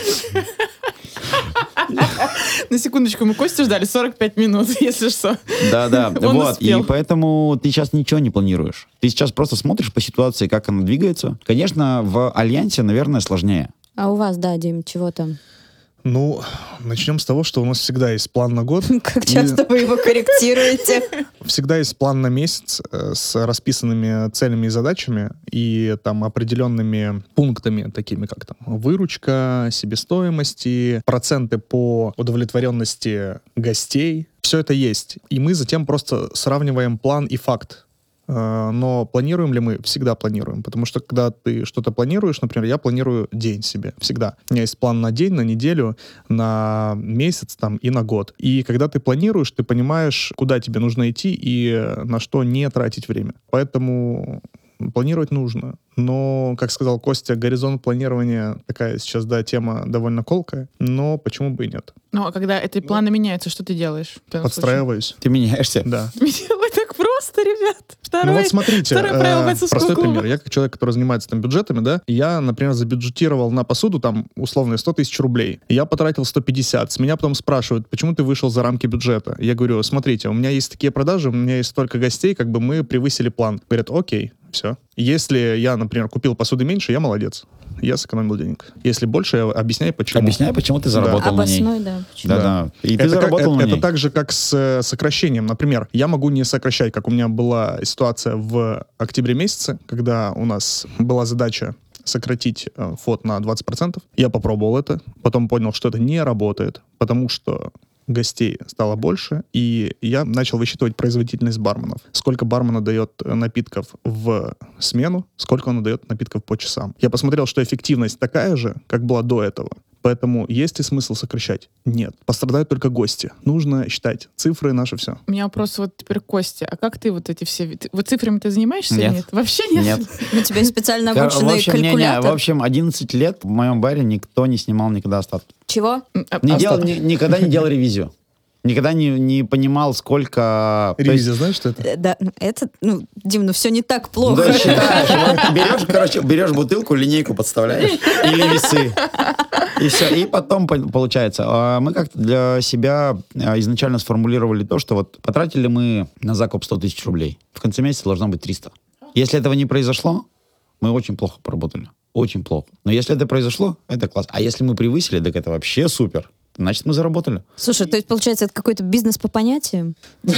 На секундочку, мы Костю ждали 45 минут, если что. Да. Он Вот. успел. И поэтому ты сейчас ничего не планируешь. Ты сейчас просто смотришь по ситуации, как она двигается. Конечно, в Альянсе, наверное, сложнее. А у вас, да, Дим, чего там? Ну, начнем с того, что у нас всегда есть план на год. Как и часто вы его корректируете? Всегда есть план на месяц с расписанными целями и задачами и там определенными пунктами, такими как там выручка, себестоимости, проценты по удовлетворенности гостей. Все это есть. И мы затем просто сравниваем план и факт. Но планируем ли мы? Всегда планируем. Потому что когда ты что-то планируешь, например, я планирую день себе. Всегда. У меня есть план на день, на неделю, на месяц там, и на год. И когда ты планируешь, ты понимаешь, куда тебе нужно идти и на что не тратить время. Поэтому планировать нужно. Но, как сказал Костя, горизонт планирования такая сейчас, да, тема довольно колкая. Но почему бы и нет? Ну, а когда эти планы меняются, что ты делаешь? в первом Подстраиваюсь. Ты меняешься. Да. случае? Ой, так просто, ребят. Ну вот смотрите, второе правило бойцовского простой клуба. пример. Я как человек, который занимается там бюджетами, да, я, например, забюджетировал на посуду там условно 100 тысяч рублей. Я потратил 150. С меня потом спрашивают, почему ты вышел за рамки бюджета? Я говорю, смотрите, у меня есть такие продажи, у меня есть столько гостей, как бы мы превысили план. Говорят, окей, все. Если я, например, купил посуды меньше, я молодец. Я сэкономил денег. Если больше, я объясняй, почему. Объясняй, почему ты заработал на ней. Обоснуй, да. почему. Да. И ты Это, заработал на это ней. так же, как с сокращением. Например, я могу не сокращать, как у меня была ситуация в октябре месяце, когда у нас была задача сократить вход на 20%. Я попробовал это, потом понял, что это не работает, потому что гостей стало больше, и я начал высчитывать производительность барменов. Сколько бармен дает напитков в смену, сколько он дает напитков по часам. Я посмотрел, что эффективность такая же, как была до этого. Поэтому есть ли смысл сокращать? Нет. Пострадают только гости. Нужно считать цифры, наше все. У меня вопрос вот теперь к Косте. А как ты вот эти все... Вот цифрами ты занимаешься или Нет. нет? Вообще нет? Нет. У тебя специально В обученный общем, калькулятор. в общем, 11 лет в моем баре никто не снимал никогда остатки. Чего? Никогда не делал ревизию. Никогда не понимал, сколько... Ревизия, знаешь, что это? Да, это, Дим, все не так плохо. Да, считаешь, вот берешь бутылку, линейку подставляешь или весы. И все. И потом получается. Мы как-то для себя изначально сформулировали то, что вот потратили мы на закуп 100 тысяч рублей. В конце месяца должно быть 300. Если этого не произошло, мы очень плохо поработали. Очень плохо. Но если это произошло, это класс. А если мы превысили, так это вообще супер. Значит, мы заработали. Слушай, то есть, получается, это какой-то бизнес по понятиям?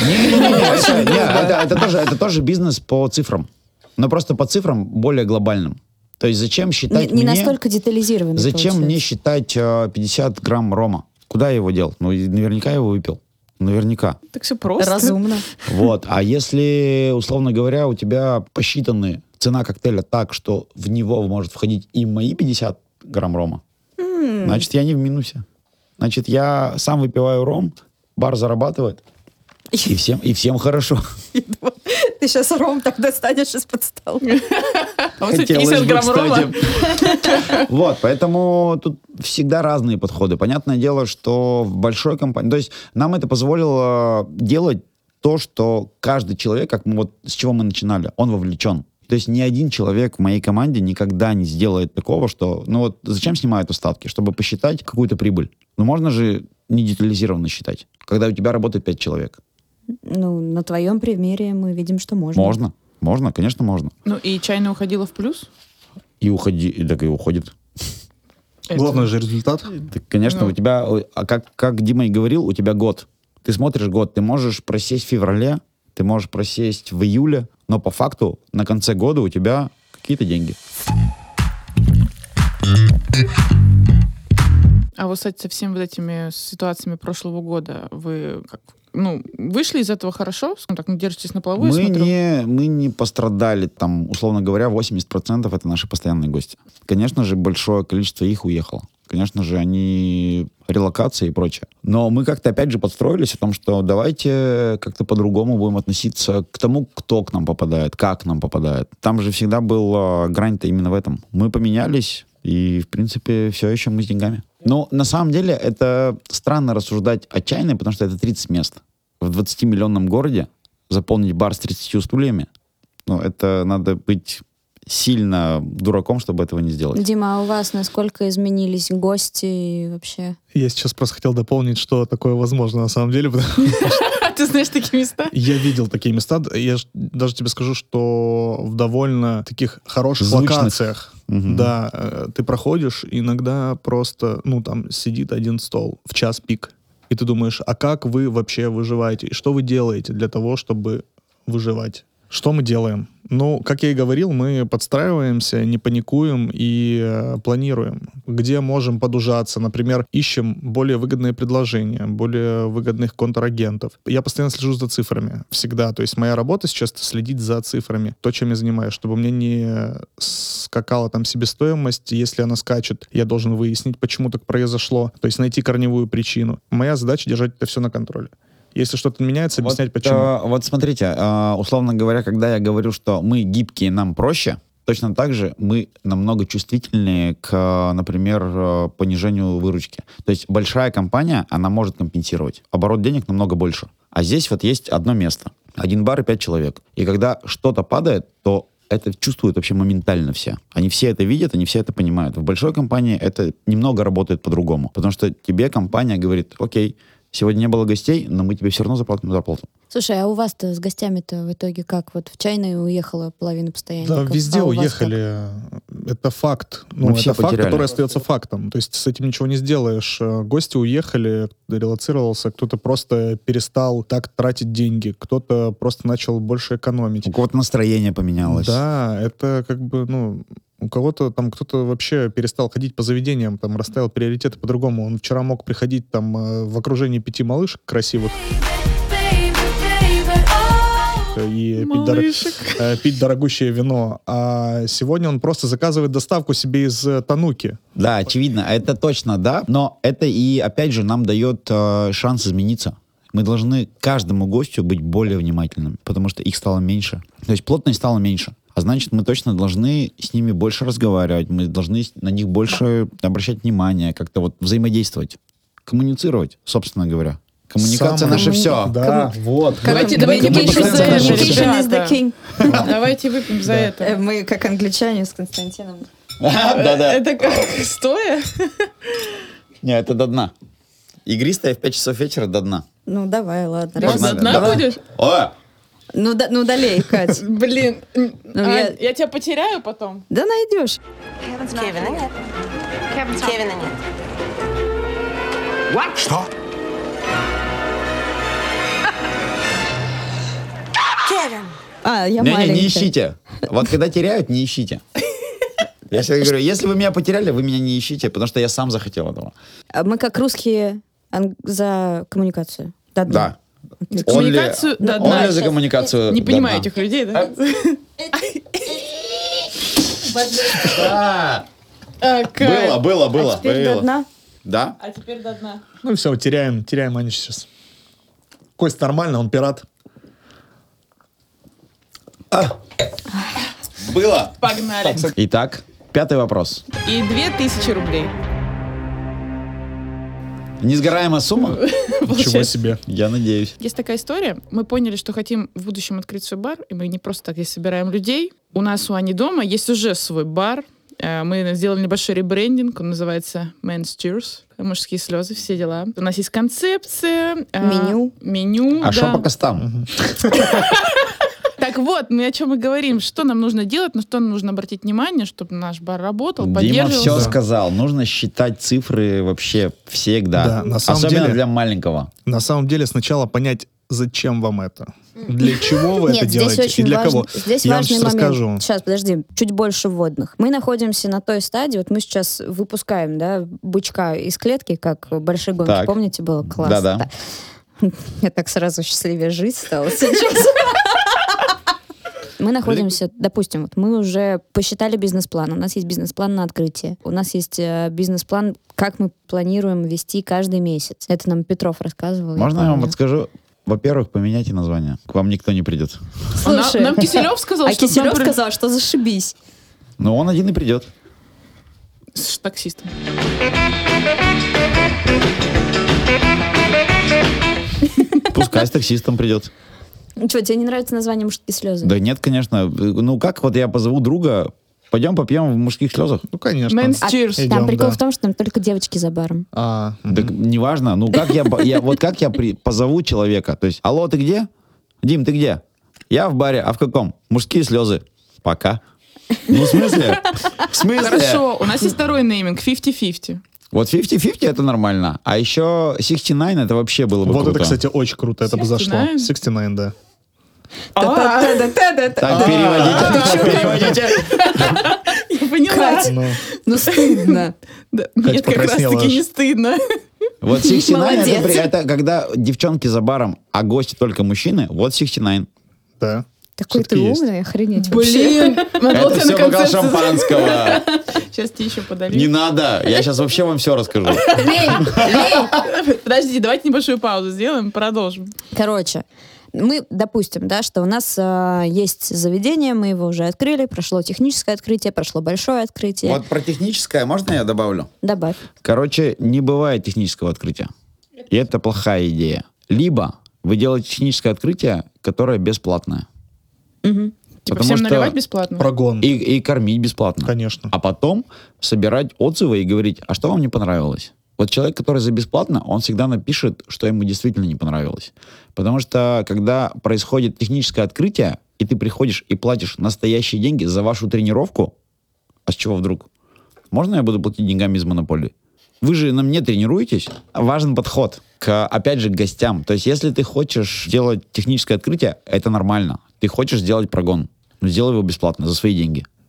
Это тоже бизнес по цифрам. Но просто по цифрам более глобальным. То есть зачем считать Не мне... настолько детализированно. Зачем мне получается. считать 50 грамм рома? Куда я его дел? Ну, наверняка я его выпил. Наверняка. Так все просто. Разумно. Вот. А если, условно говоря, у тебя посчитаны цена коктейля так, что в него может входить и мои 50 грамм рома, значит, я не в минусе. Значит, я сам выпиваю ром, бар зарабатывает, и всем хорошо. Ты сейчас ром так достанешь из-под стола. А вот 50 грамм рома. Вот, поэтому тут всегда разные подходы. Понятное дело, что в большой компании... То есть нам это позволило делать то, что каждый человек, как мы вот с чего мы начинали, он вовлечен. То есть ни один человек в моей команде никогда не сделает такого, что... Ну вот зачем снимают остатки? Чтобы посчитать какую-то прибыль. Ну можно же не детализированно считать, когда у тебя работает 5 человек. На твоем примере мы видим, что можно. Можно, конечно, можно. Ну и чайная уходила в плюс? И уходит. Главное же результат. Так, конечно, у тебя, как Дима и говорил, у тебя год. Ты смотришь год, ты можешь просесть в феврале, ты можешь просесть в июле, но по факту на конце года у тебя какие-то деньги. А вот, кстати, со всеми вот этими ситуациями прошлого года вы как, вышли из этого хорошо? Держитесь на плаву, я смотрю. Мы не пострадали, там, условно говоря, 80% это наши постоянные гости. Конечно же, большое количество их уехало. Конечно же, они релокация и прочее. Но мы как-то опять же подстроились о том, что давайте как-то по-другому будем относиться к тому, кто к нам попадает, как к нам попадает. Там же всегда была грань-то именно в этом. Мы поменялись, и, в принципе, все еще мы с деньгами. Но на самом деле это странно рассуждать о чайной, потому что это 30 мест. В 20-миллионном городе заполнить бар с 30 стульями, это надо быть сильно дураком, чтобы этого не сделать. Дима, а у вас насколько изменились гости и вообще? Я сейчас просто хотел дополнить, что такое возможно на самом деле. Ты знаешь такие места? Я видел такие места. Я даже тебе скажу, что в довольно таких хороших Звучных. локациях, Мгм. да, ты проходишь, иногда просто, там сидит один стол в час пик, и ты думаешь, а как вы вообще выживаете? И что вы делаете для того, чтобы выживать? Что мы делаем? Как я и говорил, мы подстраиваемся, не паникуем и планируем. Где можем подужаться? Например, ищем более выгодные предложения, более выгодных контрагентов. Я постоянно слежу за цифрами. Всегда. То есть моя работа сейчас следить за цифрами. То, чем я занимаюсь. Чтобы у меня не скакала там себестоимость. Если она скачет, я должен выяснить, почему так произошло. То есть найти корневую причину. Моя задача держать это все на контроле. Если что-то меняется, объяснять почему. Вот смотрите, условно говоря, когда я говорю, что мы гибкие, нам проще, точно так же мы намного чувствительнее к, например, понижению выручки. То есть большая компания, она может компенсировать. Оборот денег намного больше. А здесь вот есть одно место. 1 бар и 5 человек. И когда что-то падает, то это чувствуют вообще моментально все. Они все это видят, они все это понимают. В большой компании это немного работает по-другому. Потому что тебе компания говорит, окей, сегодня не было гостей, но мы тебе все равно заплатим зарплату. Слушай, а у вас-то с гостями-то в итоге как? Вот в чайной уехала половина постоянников. Да, везде а у вас уехали. Это факт. Мы все это факт, потеряли. который остается фактом. То есть с этим ничего не сделаешь. Гости уехали, релоцировался, кто-то просто перестал так тратить деньги, кто-то просто начал больше экономить. У кого-то настроение поменялось. Да, это У кого-то там кто-то вообще перестал ходить по заведениям, там расставил приоритеты по-другому. Он вчера мог приходить там в окружении 5 малышек красивых и пить дорогущее вино. А сегодня он просто заказывает доставку себе из Тануки. Да, очевидно, это точно, да. Но это и, опять же, нам дает шанс измениться. Мы должны каждому гостю быть более внимательным, потому что их стало меньше. То есть плотность стала меньше. А значит, мы точно должны с ними больше разговаривать, мы должны на них больше обращать внимание, как-то вот взаимодействовать, коммуницировать, собственно говоря. Коммуникация наше все. Да, вот. Давайте выпьем за это, Communication is the ребята. king. Давайте выпьем за это. Мы как англичане с Константином. Да-да. Это как стоя? Не, это до дна. Игристая в 5 часов вечера до дна. Ну, давай, ладно. Может, раз. до дна Давай. будешь? О! Ну, долей, Кать. Блин, я- я тебя потеряю потом. Да найдешь. Кевина нет. Кевина нет. Что? Кевин. А, я Не-не, маленькая. не ищите. Вот когда теряют, не ищите. Я всегда говорю, если вы меня потеряли, вы меня не ищите, потому что я сам захотел этого. Мы как русские за коммуникацию. Да. Да. Коммуникацию до дна. Only за коммуникацию Не до понимаю дна. этих людей, да? Да. А, Кать. Было. Теперь до дна. Да? А теперь до дна. Ну все, теряем Аню сейчас. Кость нормально, он пират. Было. Погнали. Итак, 5-й вопрос. И 2000 рублей. Несгораемая сумма? Ничего себе. Я надеюсь. Есть такая история. Мы поняли, что хотим в будущем открыть свой бар, и мы не просто так здесь собираем людей. У нас у Ани дома есть уже свой бар. Мы сделали небольшой ребрендинг, он называется Men's Tears, мужские слезы, все дела. У нас есть концепция. Меню, А да. что по костам? Так вот, мы о чем и говорим. Что нам нужно делать, на что нам нужно обратить внимание, чтобы наш бар работал, Дима поддерживался. все Да. сказал. Нужно считать цифры вообще всегда. Да, на самом Особенно деле- для маленького. На самом деле сначала понять, зачем вам это. Для чего вы это Нет, здесь делаете очень и для важно. кого. Здесь Я вам важный сейчас момент. расскажу. Сейчас, подожди, чуть больше вводных. Мы находимся на той стадии, вот мы сейчас выпускаем, да, бычка из клетки, как в большой гонке. Так. Помните, было классно? Да-да. Я так сразу счастливее жить стала сейчас. Мы находимся, допустим, вот мы уже посчитали бизнес-план. У нас есть бизнес-план на открытие. У нас есть бизнес-план, как мы планируем вести каждый месяц. Это нам Петров рассказывал. Можно я вам помню. подскажу? Во-первых, поменяйте название. К вам никто не придет. Слушай, Нам Киселев сказал, а что Киселев сказал, что зашибись. Но он один и придет. с таксистом. Пускай с таксистом придет. Что, тебе не нравится название «Мужские слезы»? Да нет, конечно. Ну как вот я позову друга, пойдем попьем в мужских слезах? Ну, конечно. Men's А Cheers. Идем, там прикол да. в том, что там только девочки за баром. Так неважно. Ну как вот как я позову человека? То есть, алло, ты где? Дим, ты где? Я в баре. А в каком? Мужские слезы. Пока. Ну, в смысле? В смысле? Хорошо, у нас есть второй нейминг, 50-50. Вот 50-50 это нормально. А еще 69 это вообще было бы Вот круто. это, кстати, очень круто. Это бы зашло. 69? 69, да. Так, переводите. Я поняла. Кать. Ну, Ну, стыдно. Да, Катя Нет, как раз покраснела таки аж. не стыдно. Вот 69 Молодец. это когда девчонки за баром, а гости только мужчины. Вот 69. да. Такой ты Всё-таки есть. умный, охренеть вообще. Блин, надо Это тебе все на бокал концепцию. шампанского. Сейчас тебе еще Не подолью. надо. Я сейчас вообще вам все расскажу. Подожди, давайте небольшую паузу сделаем, продолжим. Короче, мы допустим, да, что у нас есть заведение, мы его уже открыли, прошло техническое открытие, прошло большое открытие. Вот про техническое можно я добавлю? Добавь. Короче, не бывает технического открытия. И это плохая идея. Либо вы делаете техническое открытие, которое бесплатное. Мгм. Типа Потому всем что наливать бесплатно? Прогон. И кормить бесплатно. Конечно. А потом собирать отзывы и говорить, а что вам не понравилось? Вот человек, который за бесплатно, он всегда напишет, что ему действительно не понравилось. Потому что, когда происходит техническое открытие, и ты приходишь и платишь настоящие деньги за вашу тренировку, а с чего вдруг? Можно я буду платить деньгами из монополии? Вы же на мне тренируетесь. Важен подход опять же, к гостям. То есть, если ты хочешь делать техническое открытие, это нормально. Ты хочешь сделать прогон, но сделай его бесплатно, за свои деньги.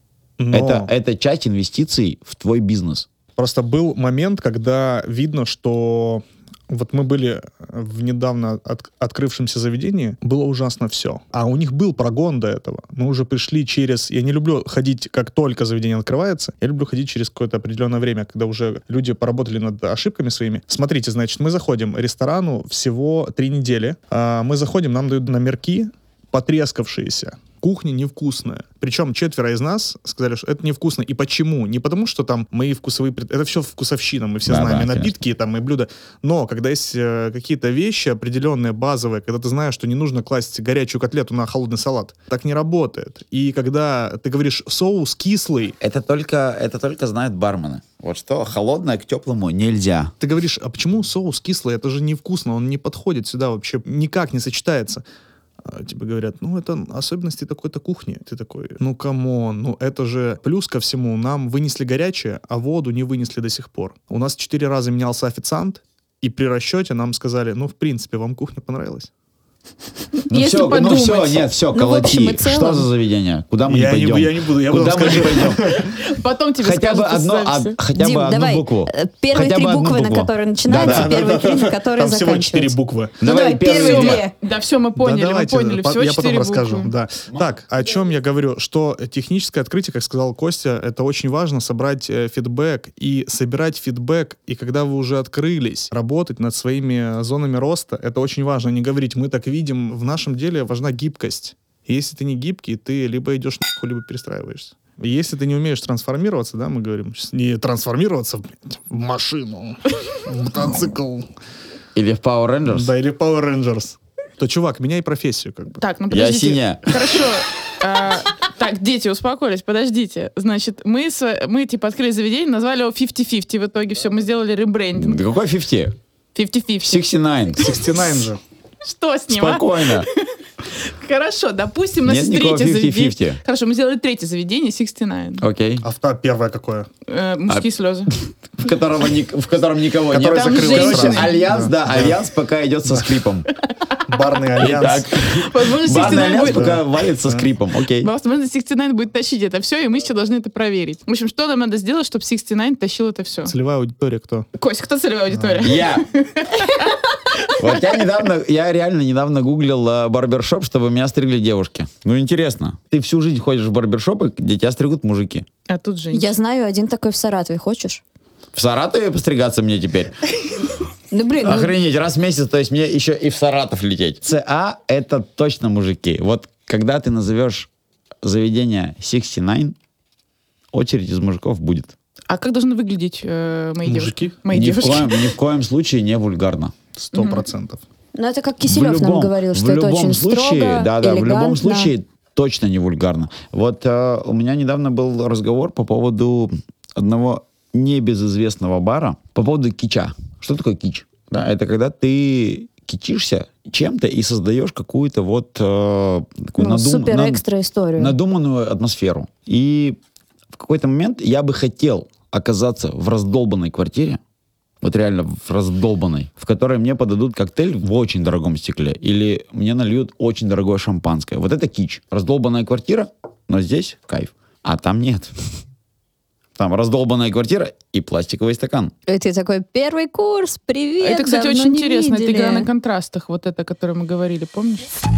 Но Это часть инвестиций в твой бизнес. просто был момент, когда видно, что вот мы были в недавно открывшемся заведении, было ужасно все. А у них был прогон до этого. Мы уже пришли через... Я не люблю ходить, как только заведение открывается. Я люблю ходить через какое-то определенное время, когда уже люди поработали над ошибками своими. Смотрите, значит, мы заходим, ресторану всего 3 недели. Мы заходим, нам дают номерки потрескавшиеся. Кухня невкусная. Причем 4 из нас сказали, что это невкусно. И почему? Не потому, что там мои вкусовые... Это все вкусовщина, мы все знаем, и напитки, и там, и блюда. Но когда есть какие-то вещи определенные, базовые, когда ты знаешь, что не нужно класть горячую котлету на холодный салат, так не работает. И когда ты говоришь, соус кислый... Это только знают бармены. Вот что холодное к теплому нельзя. Ты говоришь, а почему соус кислый? Это же невкусно, он не подходит сюда вообще, никак не сочетается. Тебе говорят, ну, это особенности такой-то кухни. Ты такой, ну, камон, ну, это же плюс ко всему. Нам вынесли горячее, а воду не вынесли до сих пор. У нас 4 раза менялся официант, и при расчете нам сказали, ну, в принципе, вам кухня понравилась? Если подумать. Все, Ну, в колоти. общем и целом- Что за заведение? Куда мы не Я пойдем? не буду, я Куда потом мы не скажу. пойдем? Потом тебе Хотя бы скажут, одну, хотя Дим, бы одну давай, букву. первые Хотя 3 бы одну буквы, на букву. которые начинаются, первые 3, на которые Там всего 4 заканчиваются. буквы. Ну, давай, первые две. 2. Да, все, мы Да поняли, давайте, всего я 4 потом расскажу. буквы. Да. Так, о чем я говорю? Что техническое открытие, как сказал Костя, это очень важно, собрать фидбэк и собирать фидбэк, и когда вы уже открылись, работать над своими зонами роста, это очень важно. Не говорить, мы так видим, в нашем деле важна гибкость. И если ты не гибкий, ты либо идешь нахуй, либо перестраиваешься. И если ты не умеешь трансформироваться, да, мы говорим, не трансформироваться в машину, в мотоцикл, Или в Power Rangers? да, или в Power Rangers, то, чувак, меняй профессию, как бы. Так, ну Я подождите. синяя. Хорошо. Так, дети, успокоились, подождите. Значит, мы типа открыли заведение, назвали его 50-50. В итоге все, мы сделали ребрендинг. Да какой 50? 50-50. 69. 69 же. Что с ним, а? Спокойно. Хорошо, допустим, у нас Нет есть никакого 3-е заведение. 50-50. Хорошо, мы сделали 3-е заведение, 69. Окей. А первое какое? Мужские слезы. В котором никого Который нет. Там закрылся женщины. сразу. Альянс, да, альянс пока идет со скрипом. Барный альянс. Возможно, Барный 69 альянс будет... пока валит со скрипом. Окей. Возможно, 69 будет тащить это все, и мы еще должны это проверить. В общем, что нам надо сделать, чтобы 69 тащил это все? Целевая аудитория кто? Кость, кто целевая аудитория? Я. Вот я реально недавно гуглил барбершоп, чтобы меня стригли девушки. Ну, интересно. Ты всю жизнь ходишь в барбершопы, где тебя стригут мужики. А тут женщина. Я знаю один такой в Саратове, хочешь? В Саратове постригаться мне теперь? Ну, блин, ну, Охренеть, раз в месяц, то есть мне еще и в Саратов лететь. ЦА — это точно мужики. Вот когда ты назовешь заведение 69, очередь из мужиков будет. А как должны выглядеть мои Мужики? девушки? Мои Ни девушки. в коем случае не вульгарно. 100%. ну это как Киселев нам говорил, что в это любом очень случае, строго, да, в любом элегантно. случае точно не вульгарно. Вот у меня недавно был разговор по поводу одного небезызвестного бара по поводу кича. Что такое кич? Да, это когда ты кичишься чем-то и создаешь какую-то вот такую супер-экстра историю. надуманную атмосферу. И в какой-то момент я бы хотел оказаться в раздолбанной квартире, вот реально в раздолбанной, в которой мне подадут коктейль в очень дорогом стекле или мне нальют очень дорогое шампанское. Вот это кич. Раздолбанная квартира, но здесь кайф. А там нет. Там раздолбанная квартира и пластиковый стакан. И ты такой, первый курс, привет, Это, кстати, давно очень не интересно. Это видели. игра на контрастах, вот это, о которой мы говорили, помнишь?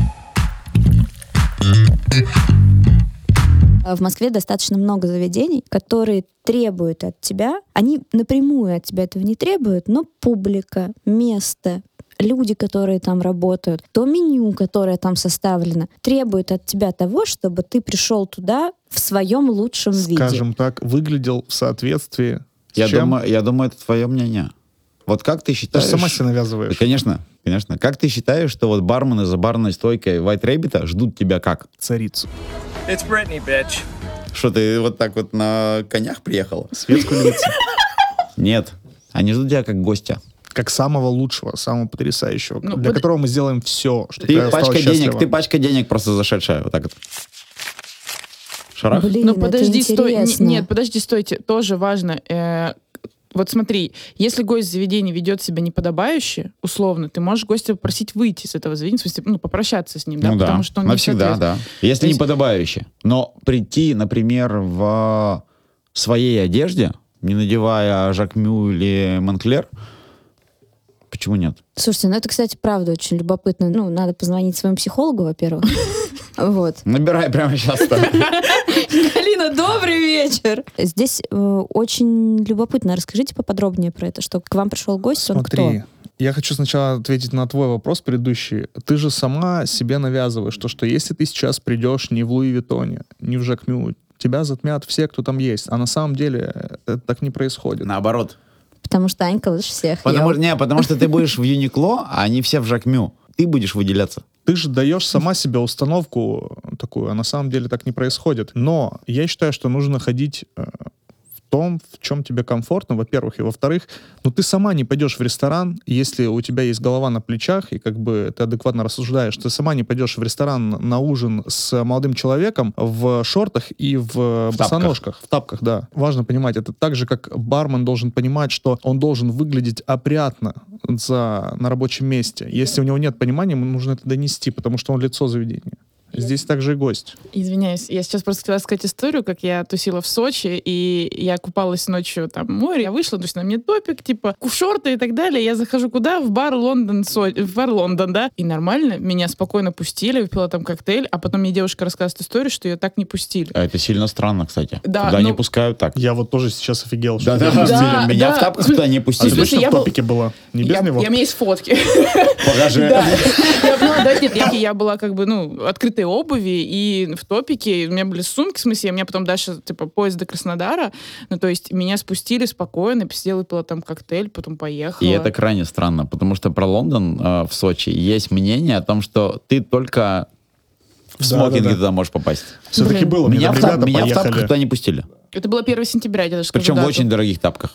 В Москве достаточно много заведений, которые требуют от тебя, они напрямую от тебя этого не требуют, но публика, место, люди, которые там работают, то меню, которое там составлено, требует от тебя того, чтобы ты пришел туда в своем лучшем виде. Скажем так, выглядел в соответствии с Я чем? думаю, это твое мнение. Вот как ты Ты считаешь... же сама себе Да, навязываешь. конечно. Как ты считаешь, что вот бармены за барной стойкой White Rabbit ждут тебя как? Царицу. It's Britney, bitch. Что, ты вот так вот на конях приехала? Светскую львицу. Нет. Они ждут тебя как гостя. Как самого лучшего, самого потрясающего, Ну, для вот- которого мы сделаем все, чтобы Ты ты стала счастлива. пачка денег просто зашедшая. Вот так вот. Шарах? Блин, Ну, это подожди, стой. интересно. Нет, подожди, стойте. Тоже важно. Вот смотри, если гость заведения ведет себя неподобающе, условно, ты можешь гостя попросить выйти из этого заведения, в смысле, попрощаться с ним, да? Ну да, Потому что он навсегда, не да. Если То есть- неподобающе. Но прийти, например, в своей одежде, не надевая Жакмю или Монклер, почему нет? Слушайте, это, кстати, правда очень любопытно. Надо позвонить своему психологу, во-первых. Вот. Набирай прямо сейчас. Галина, добрый вечер! Здесь очень любопытно. Расскажите поподробнее про это, что к вам пришел гость, он кто? Смотри, я хочу сначала ответить на твой вопрос предыдущий. Ты же сама себе навязываешь то, что если ты сейчас придешь не в Луи Виттоне, не в Жакмю, тебя затмят все, кто там есть. А на самом деле это так не происходит. Наоборот. Потому что Анька лучше всех. Потому что ты будешь в Юникло, а они все в Жакмю. Ты будешь выделяться. Ты же даешь сама себе установку такую, а на самом деле так не происходит. Но я считаю, что нужно ходить в том, в чем тебе комфортно, во-первых. И во-вторых, ты сама не пойдешь в ресторан, если у тебя есть голова на плечах, и как бы ты адекватно рассуждаешь. Ты сама не пойдешь в ресторан на ужин с молодым человеком в шортах и в босоножках. В тапках, да. Важно понимать, это так же, как бармен должен понимать, что он должен выглядеть опрятно на рабочем месте. Если у него нет понимания, ему нужно это донести, потому что он лицо заведения. Здесь также и гость. Извиняюсь, я сейчас просто хотела сказать историю, как я тусила в Сочи, и я купалась ночью там в море, я вышла, то есть на мне топик, типа, шорты и так далее, я захожу куда? В бар Лондон, да? И нормально, меня спокойно пустили, выпила там коктейль, а потом мне девушка рассказывает историю, что ее так не пустили. А это сильно странно, кстати. Да, туда не пускают так. Я вот тоже сейчас офигел, что Да, тебя пустили. Да. Меня в тапках туда не пустили. Ты Слушай, точно я в был- топике была? Не без него? У меня есть фотки. Покажи. Да. Я поняла, да, нет, я была как бы, открытой обуви и в топике, у меня были сумки, в смысле, у меня потом дальше, типа, поезд до Краснодара, то есть меня спустили спокойно, посидела, выпила там коктейль, потом поехала. И это крайне странно, потому что про Лондон в Сочи есть мнение о том, что ты только в смокинге да. туда можешь попасть. Все-таки Блин. было. Меня, Там в, ребята меня в тапках поехали. туда не пустили. Это было 1 сентября, я даже скажу Причем в дату. очень дорогих тапках.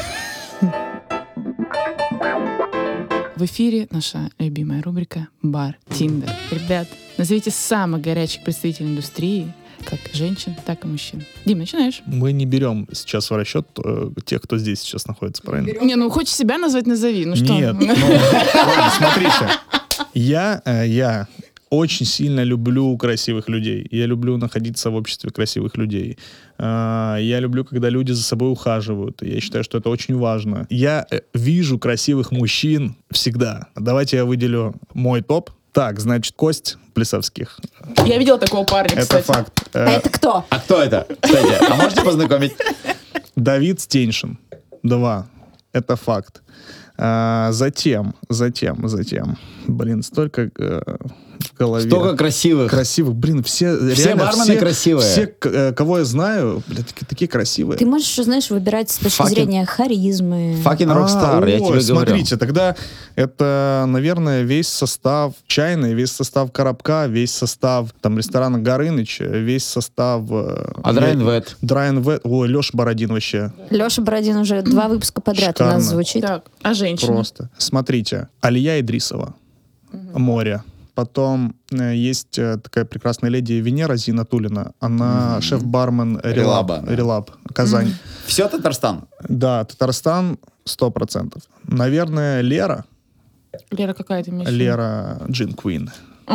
В эфире наша любимая рубрика «Бар Тиндер». Ребят, назовите самых горячих представителей индустрии, как женщин, так и мужчин. Дим, начинаешь? Мы не берем сейчас в расчет тех, кто здесь сейчас находится, правильно? Не, хочешь себя назвать, назови. Ну что? Нет. Ладно, смотрите. Я очень сильно люблю красивых людей. Я люблю находиться в обществе красивых людей. Я люблю, когда люди за собой ухаживают. Я считаю, что это очень важно. Я вижу красивых мужчин всегда. Давайте я выделю мой топ. Так, значит, Кость Плесовских. Я видела такого парня, Это кстати. факт. А это кто? А кто это? Кстати, а можете познакомить? Давид Стеньшин. 2. Это факт. Затем. Блин, столько в голове. Столько красивых. Красивых. Блин, все реально... бармены красивые. Все, кого я знаю, такие красивые. Ты можешь, знаешь, выбирать с точки Fucking- зрения харизмы. Fucking рокстар, я тебе говорю. Смотрите, тогда это, наверное, весь состав чайной, весь состав Коробка, весь состав там ресторана Горыныч, весь состав... А Драйн Вет? Драйн Вет. Ой, Леша Бородин вообще Леша Бородин уже 2 выпуска подряд у нас Шикарно. звучит. Так, а женщина? просто. Смотрите, Алия Идрисова, «Море». Потом есть такая прекрасная леди Венера Зинатуллина. Она шеф-бармен Релаба. Релаб, Казань. Все Татарстан? Да, Татарстан 100%. Наверное, Лера. Лера какая ты имеешь? в виду? Лера Джин Куин.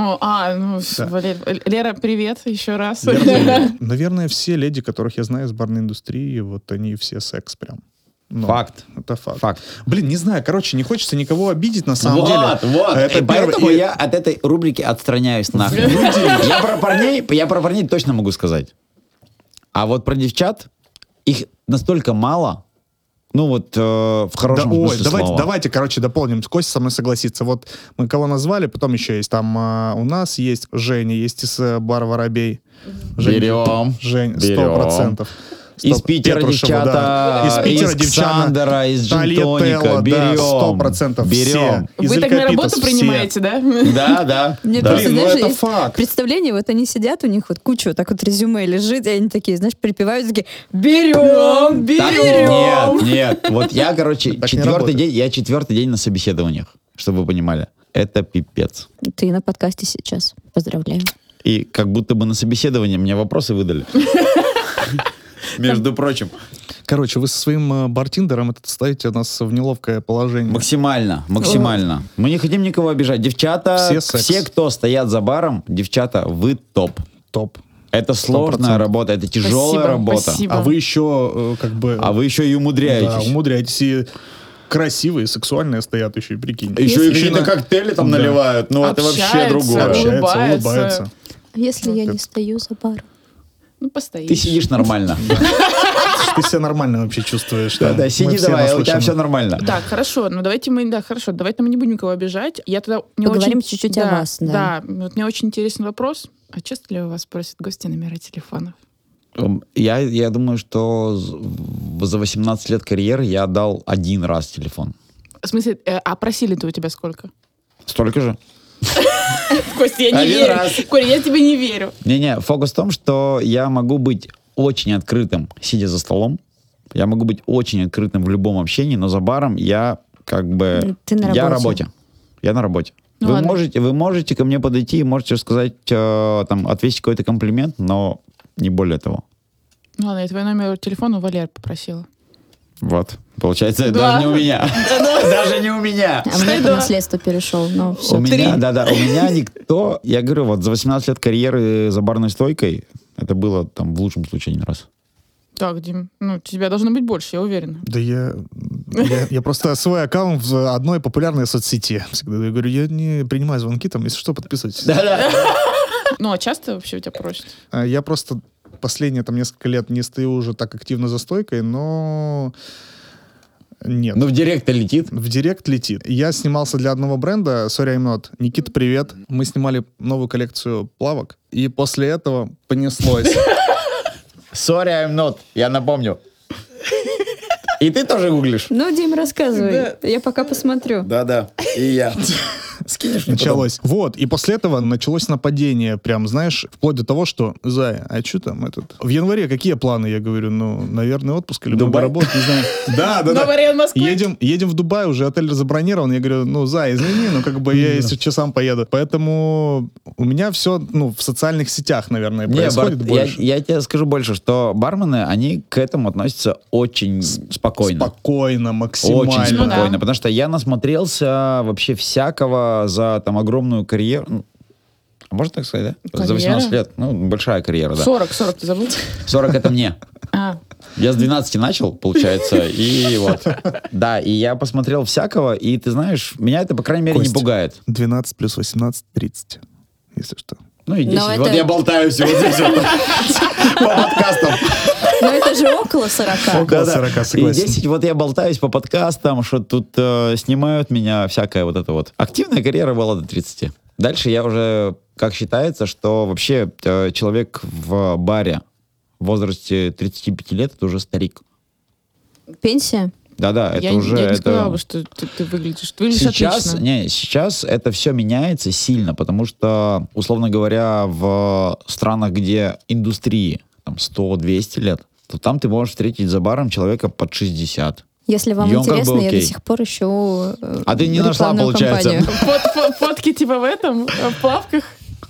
Лера, привет еще раз. Наверное, все леди, которых я знаю из барной индустрии, вот они все секс прям. Ну, Факт. Это факт. Факт. Блин, не знаю, короче, не хочется никого обидеть на самом Вот. деле. И поэтому я от этой рубрики отстраняюсь нахрен. Я про парней точно могу сказать. А вот про девчат, их настолько мало, в хорошем смысле слова. Давайте, короче, дополним. Костя со мной согласится. Вот мы кого назвали, потом еще есть. Там у нас есть Женя, есть из бара «Воробей». Берем. Жень, Берем. 100%. Из Питера Петрушева, девчата, да. Из Питера из девчата. Ксандера, из Талия Джинтоника. Телла, Берем. да, 100% Берем. все. Из Вы так на Элькапитас работу все. принимаете, да? Да. Мне Да. просто, Блин, знаешь, это есть факт. представление, вот они сидят, у них вот куча вот так вот резюме лежит, и они такие, знаешь, припевают, такие, берем. Так, нет. Вот я, короче, Так не работает. четвертый день на собеседованиях, чтобы вы понимали. Это пипец. Ты на подкасте сейчас. Поздравляю. И как будто бы на собеседовании мне вопросы выдали. Между прочим. Короче, вы со своим бартендером ставите нас в неловкое положение. Максимально. Мы не хотим никого обижать. Девчата, все, кто стоят за баром, девчата, вы топ. Топ. Это сложная 100%. работа, это тяжелая Спасибо, работа. спасибо. А вы еще А вы еще и умудряетесь. Да, умудряетесь. И красивые, сексуальные стоят еще, прикинь. Еще и Еще какие-то на- коктейли там Да. наливают. Ну, это вообще Общаются, другое. Общается, улыбается. улыбается. Если я не стою за баром. Ну, постоишь. Ты сидишь нормально. Ты себя нормально вообще чувствуешь. Да, Мы сиди все давай, у тебя наслышаны. все нормально. Так, хорошо, ну давайте мы не будем никого обижать. Я тогда Поговорим чуть-чуть о вас, да. Да, вот мне очень интересный вопрос. А часто ли у вас просят гости номера телефонов? Я думаю, что за 18 лет карьеры я отдал один раз телефон. В смысле, а просили-то у тебя сколько? Столько же. Костя, я не Один верю. раз. Коля, я тебе не верю. Не-не, фокус в том, что я могу быть очень открытым, сидя за столом. Я могу быть очень открытым в любом общении, но за баром я как бы... Ты на Я работе. Я на работе. Ну вы, ладно. можете ко мне подойти, можете сказать, там, ответить какой-то комплимент, но не более того. Ну ладно, я твой номер телефона у Валеры попросила. Вот. Получается, Да. даже не у меня. Даже не у меня. А мне по наследству перешел. Ну, все. У меня, у меня никто... Я говорю, вот за 18 лет карьеры за барной стойкой, это было там в лучшем случае один раз. Так, Дим, ну тебя должно быть больше, я уверена. Да я просто свой аккаунт в одной популярной соцсети. Всегда я говорю, я не принимаю звонки, там, если что, подписывайтесь. Да-да. Ну, а часто вообще у тебя просят? Я просто последние там несколько лет не стою уже так активно за стойкой, но нет. Ну, в директ летит. В директ летит. Я снимался для одного бренда, Sorry I'm Not. Никита, привет. Мы снимали новую коллекцию плавок, и после этого понеслось. Sorry, I'm not. Я напомню. И ты тоже гуглишь? Ну, Дим, рассказывай. Я пока посмотрю. Да-да. И я. Скинешь мне потом? Началось. Вот, и после этого началось нападение, прям, знаешь, вплоть до того, что, Зая, а что там этот... В январе какие планы? Я говорю, ну, наверное, отпуск или много Дубай? работать, не знаю. Да. Новый район Москвы? Едем в Дубай, уже отель забронирован. Я говорю, ну, Зай, извини, ну, как бы я если что, сам поеду. Поэтому у меня все, ну, в социальных сетях, наверное, происходит больше. Я тебе скажу больше, что бармены, они к этому относятся очень спокойно. Спокойно, максимально. Очень Ну да. спокойно, потому что я насмотрелся вообще всякого за там огромную карьеру. Ну, а можно так сказать, да? За Карьера? 18 лет. Ну, большая карьера, да. 40 ты забыл? 40 это мне. А, Я с 12 начал, получается, и вот. Да, и я посмотрел всякого, и ты знаешь, меня это, по крайней мере, не Костя. пугает. 12 плюс 18, 30, если что. Ну и 10. Но Вот это- я болтаюсь вот здесь вот по подкастам. Но это же около 40. Около 40, И согласен. 10, вот я болтаюсь по подкастам, что тут снимают меня, всякая вот это вот. Активная карьера была до 30. Дальше я уже, как считается, что вообще человек в баре в возрасте 35 лет, это уже старик. Пенсия? Да-да, это я уже... не это... сказала бы, что ты выглядишь Сейчас, отлично. сейчас это все меняется сильно, потому что, условно говоря, в странах, где индустрии там 100-200 лет, то там ты можешь встретить за баром человека под 60. Если вам И он как бы интересно, я до окей. сих пор ищу А ты не нашла, рекламную получается. кампанию. Фотки типа в этом, в плавках.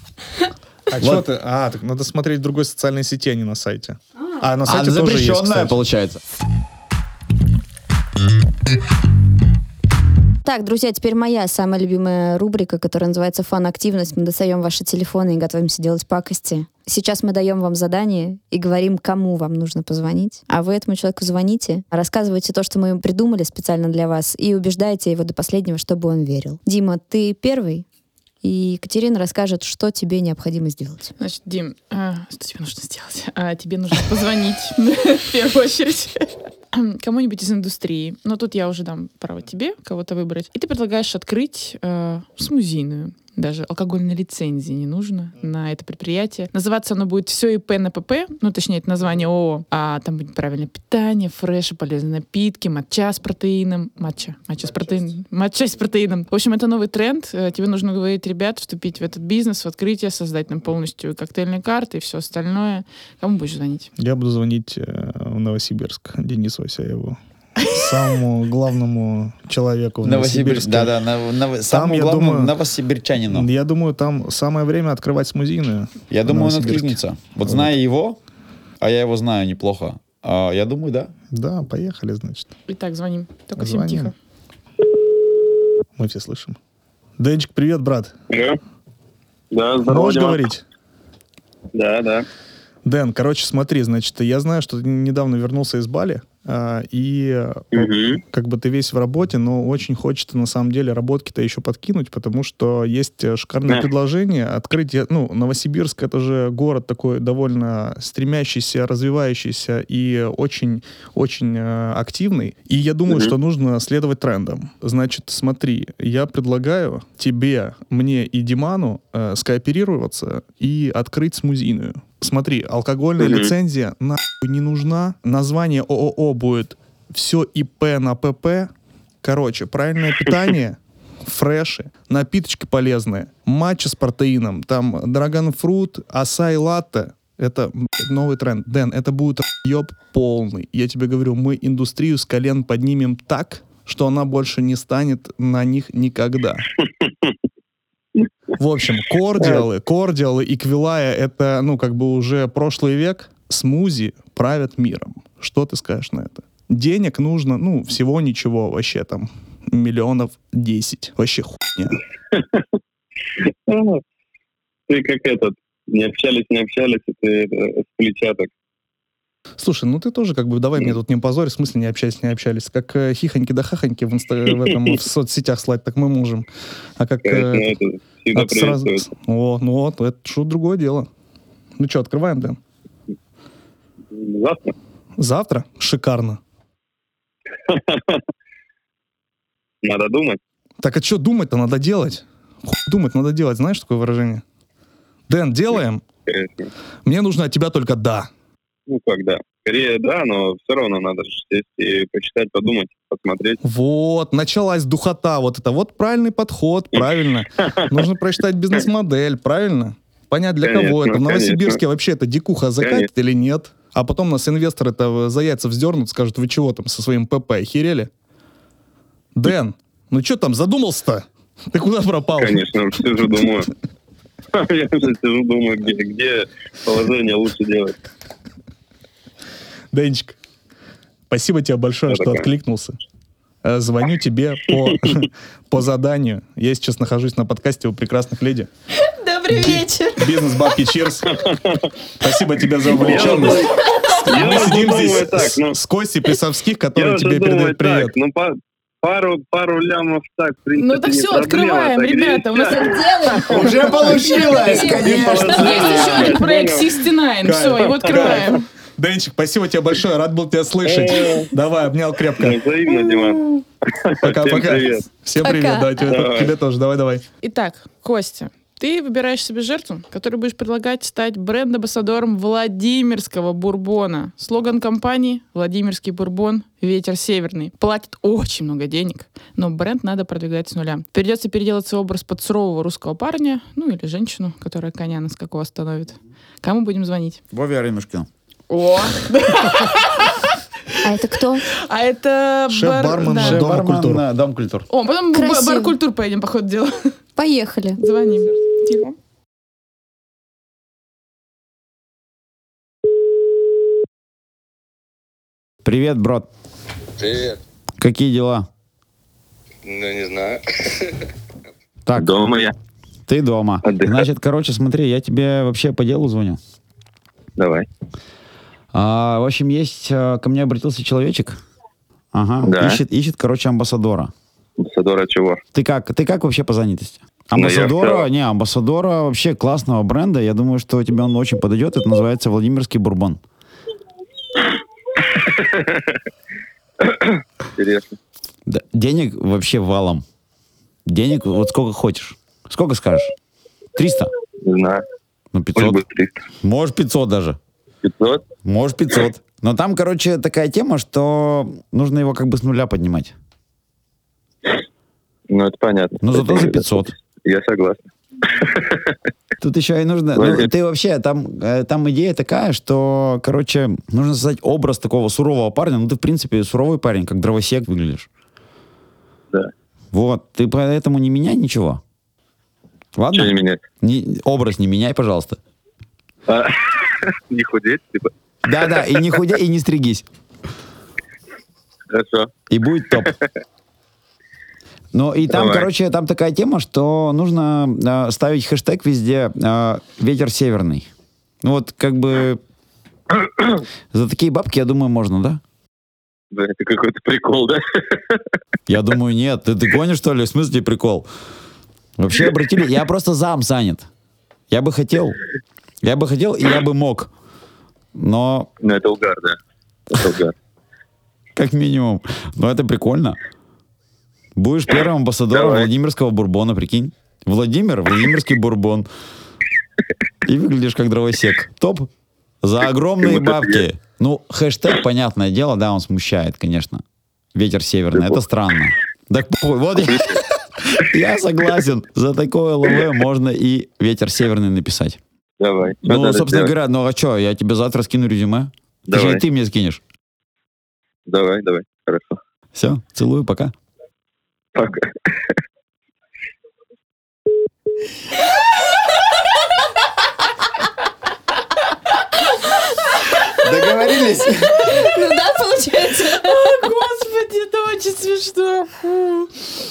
А что ты? Так надо смотреть в другой социальной сети, а не на сайте. А на А сайте тоже есть, запрещенная, кстати. получается. Так, друзья, теперь моя самая любимая рубрика, которая называется «Фан-активность». Мы достаем ваши телефоны и готовимся делать пакости. Сейчас мы даем вам задание и говорим, кому вам нужно позвонить. А вы этому человеку звоните, рассказывайте то, что мы придумали специально для вас, и убеждайте его до последнего, чтобы он верил. Дима, ты первый, и Екатерина расскажет, что тебе необходимо сделать. Значит, Дим, что тебе нужно сделать? Тебе нужно позвонить в первую очередь кому-нибудь из индустрии. Но тут я уже дам право тебе кого-то выбрать. И ты предлагаешь открыть смузийную. Даже алкогольной лицензии не нужно на это предприятие. Называться оно будет «Все ИП на ПП», ну, точнее, это название ООО. А там будет правильное питание, фреши, полезные напитки, матча с протеином. Матча с протеином. В общем, это новый тренд. Тебе нужно говорить, ребят, вступить в этот бизнес, в открытие, создать нам полностью коктейльные карты и все остальное. Кому будешь звонить? Я буду звонить в Новосибирск Денису Асяеву. Самому главному человеку в Новосибирске. Да-да, самому я главному думаю, новосибирчанину. Я думаю, там самое время открывать смузийную. Я в думаю, он Новосибирске. откликнется. Вот зная его, а я его знаю неплохо, Я думаю, да. Да, поехали, значит. Итак, звоним. Только всем Звоним. тихо. Мы все слышим. Денчик, привет, брат. Да, здорово, Можешь Дима. говорить? Да. Дэн, короче, смотри, значит, я знаю, что ты недавно вернулся из Бали, и как бы ты весь в работе, но очень хочется на самом деле работки-то еще подкинуть, потому что есть шикарное предложение. Открытие, Новосибирск — это же город такой довольно стремящийся, развивающийся и очень активный. И я думаю, что нужно следовать трендам. Значит, смотри, я предлагаю тебе, мне и Диману скооперироваться и открыть смузийную. Смотри, алкогольная лицензия нахуй не нужна. Название ООО будет все ИП на ПП. Короче, правильное питание, фреши, напиточки полезные, матча с протеином, там драгонфрут, асай латте. Это новый тренд. Дэн, это будет еб полный. Я тебе говорю, мы индустрию с колен поднимем так, что она больше не станет на них никогда. В общем, кордиалы и квилая — это, уже прошлый век. Смузи правят миром. Что ты скажешь на это? Денег нужно, всего ничего, вообще там, 10 миллионов. Вообще хуйня. Ты как не общались, это с плеча так. Слушай, ты тоже давай меня тут не позорь, в смысле не общались. Как хихоньки да хахоньки в соцсетях слать, так мы можем. А как... Это всегда приветствуется. Это что другое дело. Ну что, открываем, Дэн? Завтра? Завтра? Шикарно. Надо думать. Так а что думать-то надо делать? Думать надо делать, знаешь такое выражение? Дэн, делаем? Конечно. Мне нужно от тебя только «да». Когда? Скорее, да, но все равно надо же сесть и почитать, подумать, посмотреть. Вот, началась духота, вот это вот правильный подход, правильно. Нужно прочитать бизнес-модель, правильно? Понять, для кого это. В Новосибирске вообще это дикуха закатит или нет. А потом нас инвесторы-то за яйца вздернут, скажут, вы чего там со своим ПП, охерели? Дэн, что там, задумался-то? Ты куда пропал? Конечно, сижу, думаю. Я уже сижу, думаю, где положение лучше делать. Денчик, спасибо тебе большое, что откликнулся. Звоню тебе по заданию. Я сейчас нахожусь на подкасте у прекрасных леди. Добрый вечер. Бизнес-бабки Чирс. Спасибо тебе за увлеченность. Мы сидим здесь с Костей Плесовских, который тебе передает привет. Пару лямов так, в принципе, Так все, проблема, открываем, так ребята. У нас дело. Уже получилось, конечно. Есть еще один проект 69. Все, его открываем. Денчик, спасибо тебе большое, рад был тебя слышать. Давай, обнял крепко. Взаимно, Дима. Пока-пока. Всем привет, да, тебе тоже, давай. Итак, Костя, ты выбираешь себе жертву, которую будешь предлагать стать бренд-амбассадором Владимирского бурбона. Слоган компании «Владимирский бурбон. Ветер северный». Платит очень много денег, но бренд надо продвигать с нуля. Придется переделать свой образ под сурового русского парня, или женщину, которая коня на скаку остановит. Кому будем звонить? Вове Аремушкину. О! А это кто? А это Шеф-бармен Дома культуры. Дом культур. О, потом в Красиво. бар культур поедем, по ходу дела. Поехали. Звоним. Тихо. Привет, брат. Привет. Какие дела? Не знаю. Так, Дома я. ты дома. Отдыхаю. Значит, смотри, я тебе вообще по делу звоню. Давай. В общем, ко мне обратился человечек. Ага. Да. Ищет, амбассадора. Амбассадора чего? Ты как вообще по занятости? Ну, я Амбассадора вообще классного бренда. Я думаю, что тебе он очень подойдет. Это называется Владимирский бурбон. Интересно. Да, денег вообще валом. Денег вот сколько хочешь. Сколько скажешь? 300? Не знаю. 500? Пусть будет 300. Может, 500 даже. 500? Может, 500. Но там, такая тема, что нужно его с нуля поднимать. Ну, это понятно. Но зато за 500. Я согласен. Тут еще и нужно... ты вообще... Там идея такая, что, нужно создать образ такого сурового парня. Ты, в принципе, суровый парень, как дровосек выглядишь. Да. Вот. Ты поэтому не меняй ничего. Ладно? Что не менять? Образ не меняй, пожалуйста. Не худеть, типа? Да-да, и не худей, и не стригись. Хорошо. И будет топ. Ну, и там, Давай. короче, там такая тема, что нужно ставить хэштег везде «Ветер северный». Ну, вот, как бы, за такие бабки, я думаю, можно, да? Да, это какой-то прикол, да? Я думаю, нет. Ты гонишь, что ли? В смысле прикол? Вообще обратили... Я просто зам занят. Я бы хотел, и я бы мог. Но, Ну, это угар, да. Это угар. как минимум. Но это прикольно. Будешь первым амбассадором Давай. Владимирского бурбона, прикинь. Владимирский бурбон. И выглядишь как дровосек. Топ. За огромные Как будто бабки. Ну, хэштег, понятное дело, да, он смущает, конечно. Ветер северный. Это странно. Так похуй. Вот я согласен. За такое ЛВ можно и ветер северный написать. Давай. Что Ну, надо собственно сделать? говоря, ну а что, я тебе завтра скину резюме? Давай. Точнее, ты мне скинешь. Давай. Хорошо. Все, целую, пока. Пока. Договорились? Ну да, получается. Господи, это очень смешно. Фу.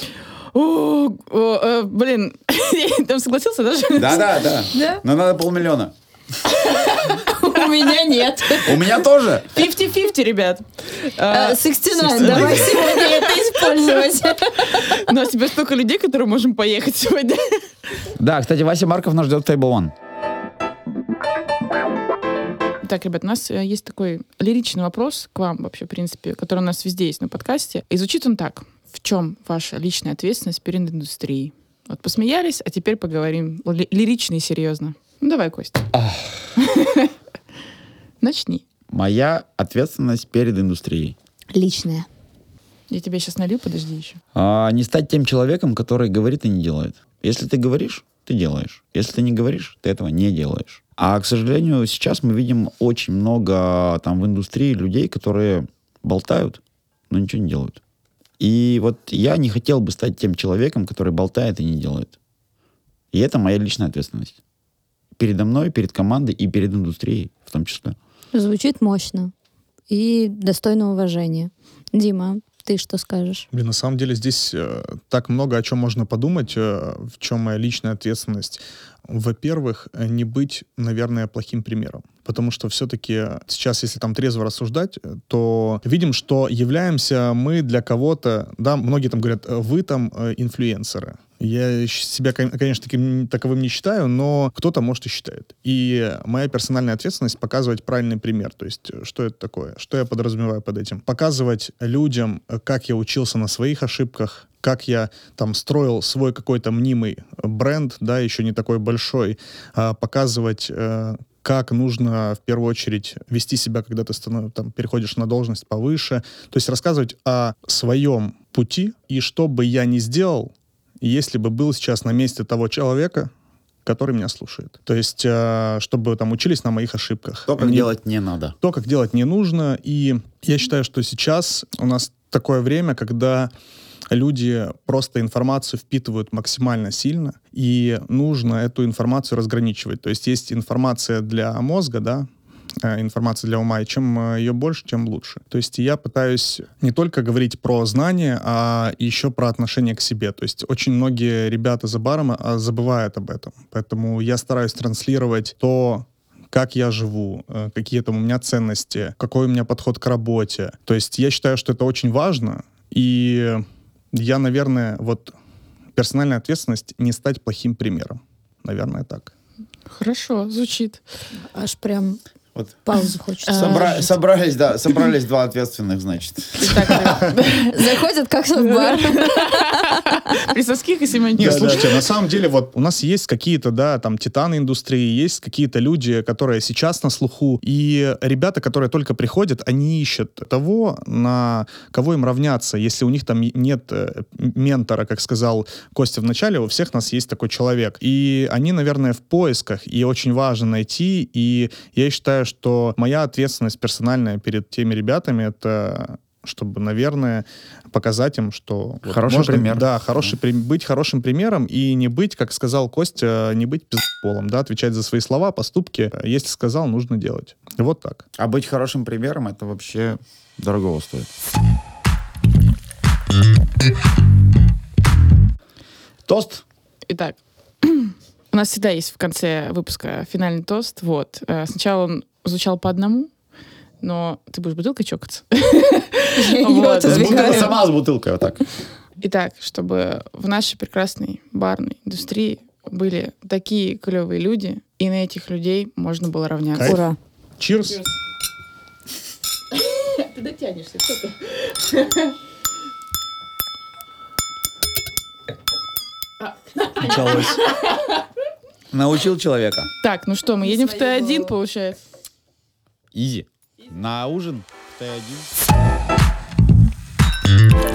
Блин, там согласился даже? Да. Да? Но надо 500 000. У меня нет. У меня тоже. 50-50, ребят. 69, давай сегодня это использовать. У нас теперь столько людей, которые можем поехать сегодня. Да, кстати, Вася Марков нас ждет в Table One. Так, ребят, у нас есть такой лиричный вопрос к вам вообще, в принципе, который у нас везде есть на подкасте. И звучит он так. В чем ваша личная ответственность перед индустрией? Вот посмеялись, а теперь поговорим лирично и серьезно. Ну, давай, Костя. Начни. Моя ответственность перед индустрией. Личное. Я тебе сейчас налью, подожди еще. Не стать тем человеком, который говорит и не делает. Если ты говоришь, ты делаешь. Если ты не говоришь, ты этого не делаешь. А, к сожалению, сейчас мы видим очень много там в индустрии людей, которые болтают, но ничего не делают. И вот я не хотел бы стать тем человеком, который болтает и не делает. И это моя личная ответственность. Передо мной, перед командой и перед индустрией в том числе. Звучит мощно и достойно уважения. Дима, ты что скажешь? Блин, на самом деле здесь так много о чем можно подумать, в чем моя личная ответственность. Во-первых, не быть, наверное, плохим примером. Потому что все-таки сейчас, если там трезво рассуждать, то видим, что являемся мы для кого-то, да, многие там говорят, вы там инфлюенсеры. Я себя, конечно, таким таковым не считаю, но кто-то, может, и считает. И моя персональная ответственность — показывать правильный пример. То есть, что это такое? Что я подразумеваю под этим? Показывать людям, как я учился на своих ошибках, как я там строил свой какой-то мнимый бренд, да, еще не такой большой, показывать, как нужно в первую очередь вести себя, когда ты там, переходишь на должность повыше. То есть рассказывать о своем пути, и что бы я ни сделал, если бы был сейчас на месте того человека, который меня слушает. То есть, чтобы там учились на моих ошибках. То, как делать не надо. То, как делать не нужно. И я считаю, что сейчас у нас такое время, когда люди просто информацию впитывают максимально сильно, и нужно эту информацию разграничивать. То есть есть информация для мозга, да, информация для ума, и чем ее больше, тем лучше. То есть я пытаюсь не только говорить про знания, а еще про отношение к себе. То есть очень многие ребята за баром забывают об этом. Поэтому я стараюсь транслировать то, как я живу, какие там у меня ценности, какой у меня подход к работе. То есть я считаю, что это очень важно, и я, наверное, вот персональная ответственность — не стать плохим примером. Наверное, так. Хорошо, звучит. Аж прям Вот. паузу хочется. Собрались два ответственных, значит. Заходят как-то в бар. Присоских и Симончук. Нет, слушайте, на самом деле, вот у нас есть какие-то, да, там, титаны индустрии, есть какие-то люди, которые сейчас на слуху, и ребята, которые только приходят, они ищут того, на кого им равняться. Если у них там нет ментора, как сказал Костя в начале, у всех нас есть такой человек. И они, наверное, в поисках, и очень важно найти, и я считаю, что моя ответственность персональная перед теми ребятами — это чтобы, наверное, показать им, что... Хороший пример. Да, быть хорошим примером и не быть, как сказал Костя, не быть пиздолом, да, отвечать за свои слова, поступки. Если сказал, нужно делать. Вот так. А быть хорошим примером, это вообще дорого стоит. Тост. Итак, у нас всегда есть в конце выпуска финальный тост. Вот. Сначала он звучал по одному, но ты будешь бутылкой чокаться. Сама с бутылкой вот так. Итак, чтобы в нашей прекрасной барной индустрии были такие клевые люди, и на этих людей можно было равняться. Кайф. Ура. Cheers. Ты дотянешься, кто ты? Началось. Научил человека. Так, ну что, мы едем в Т1, получается? Изи. На ужин в Т1.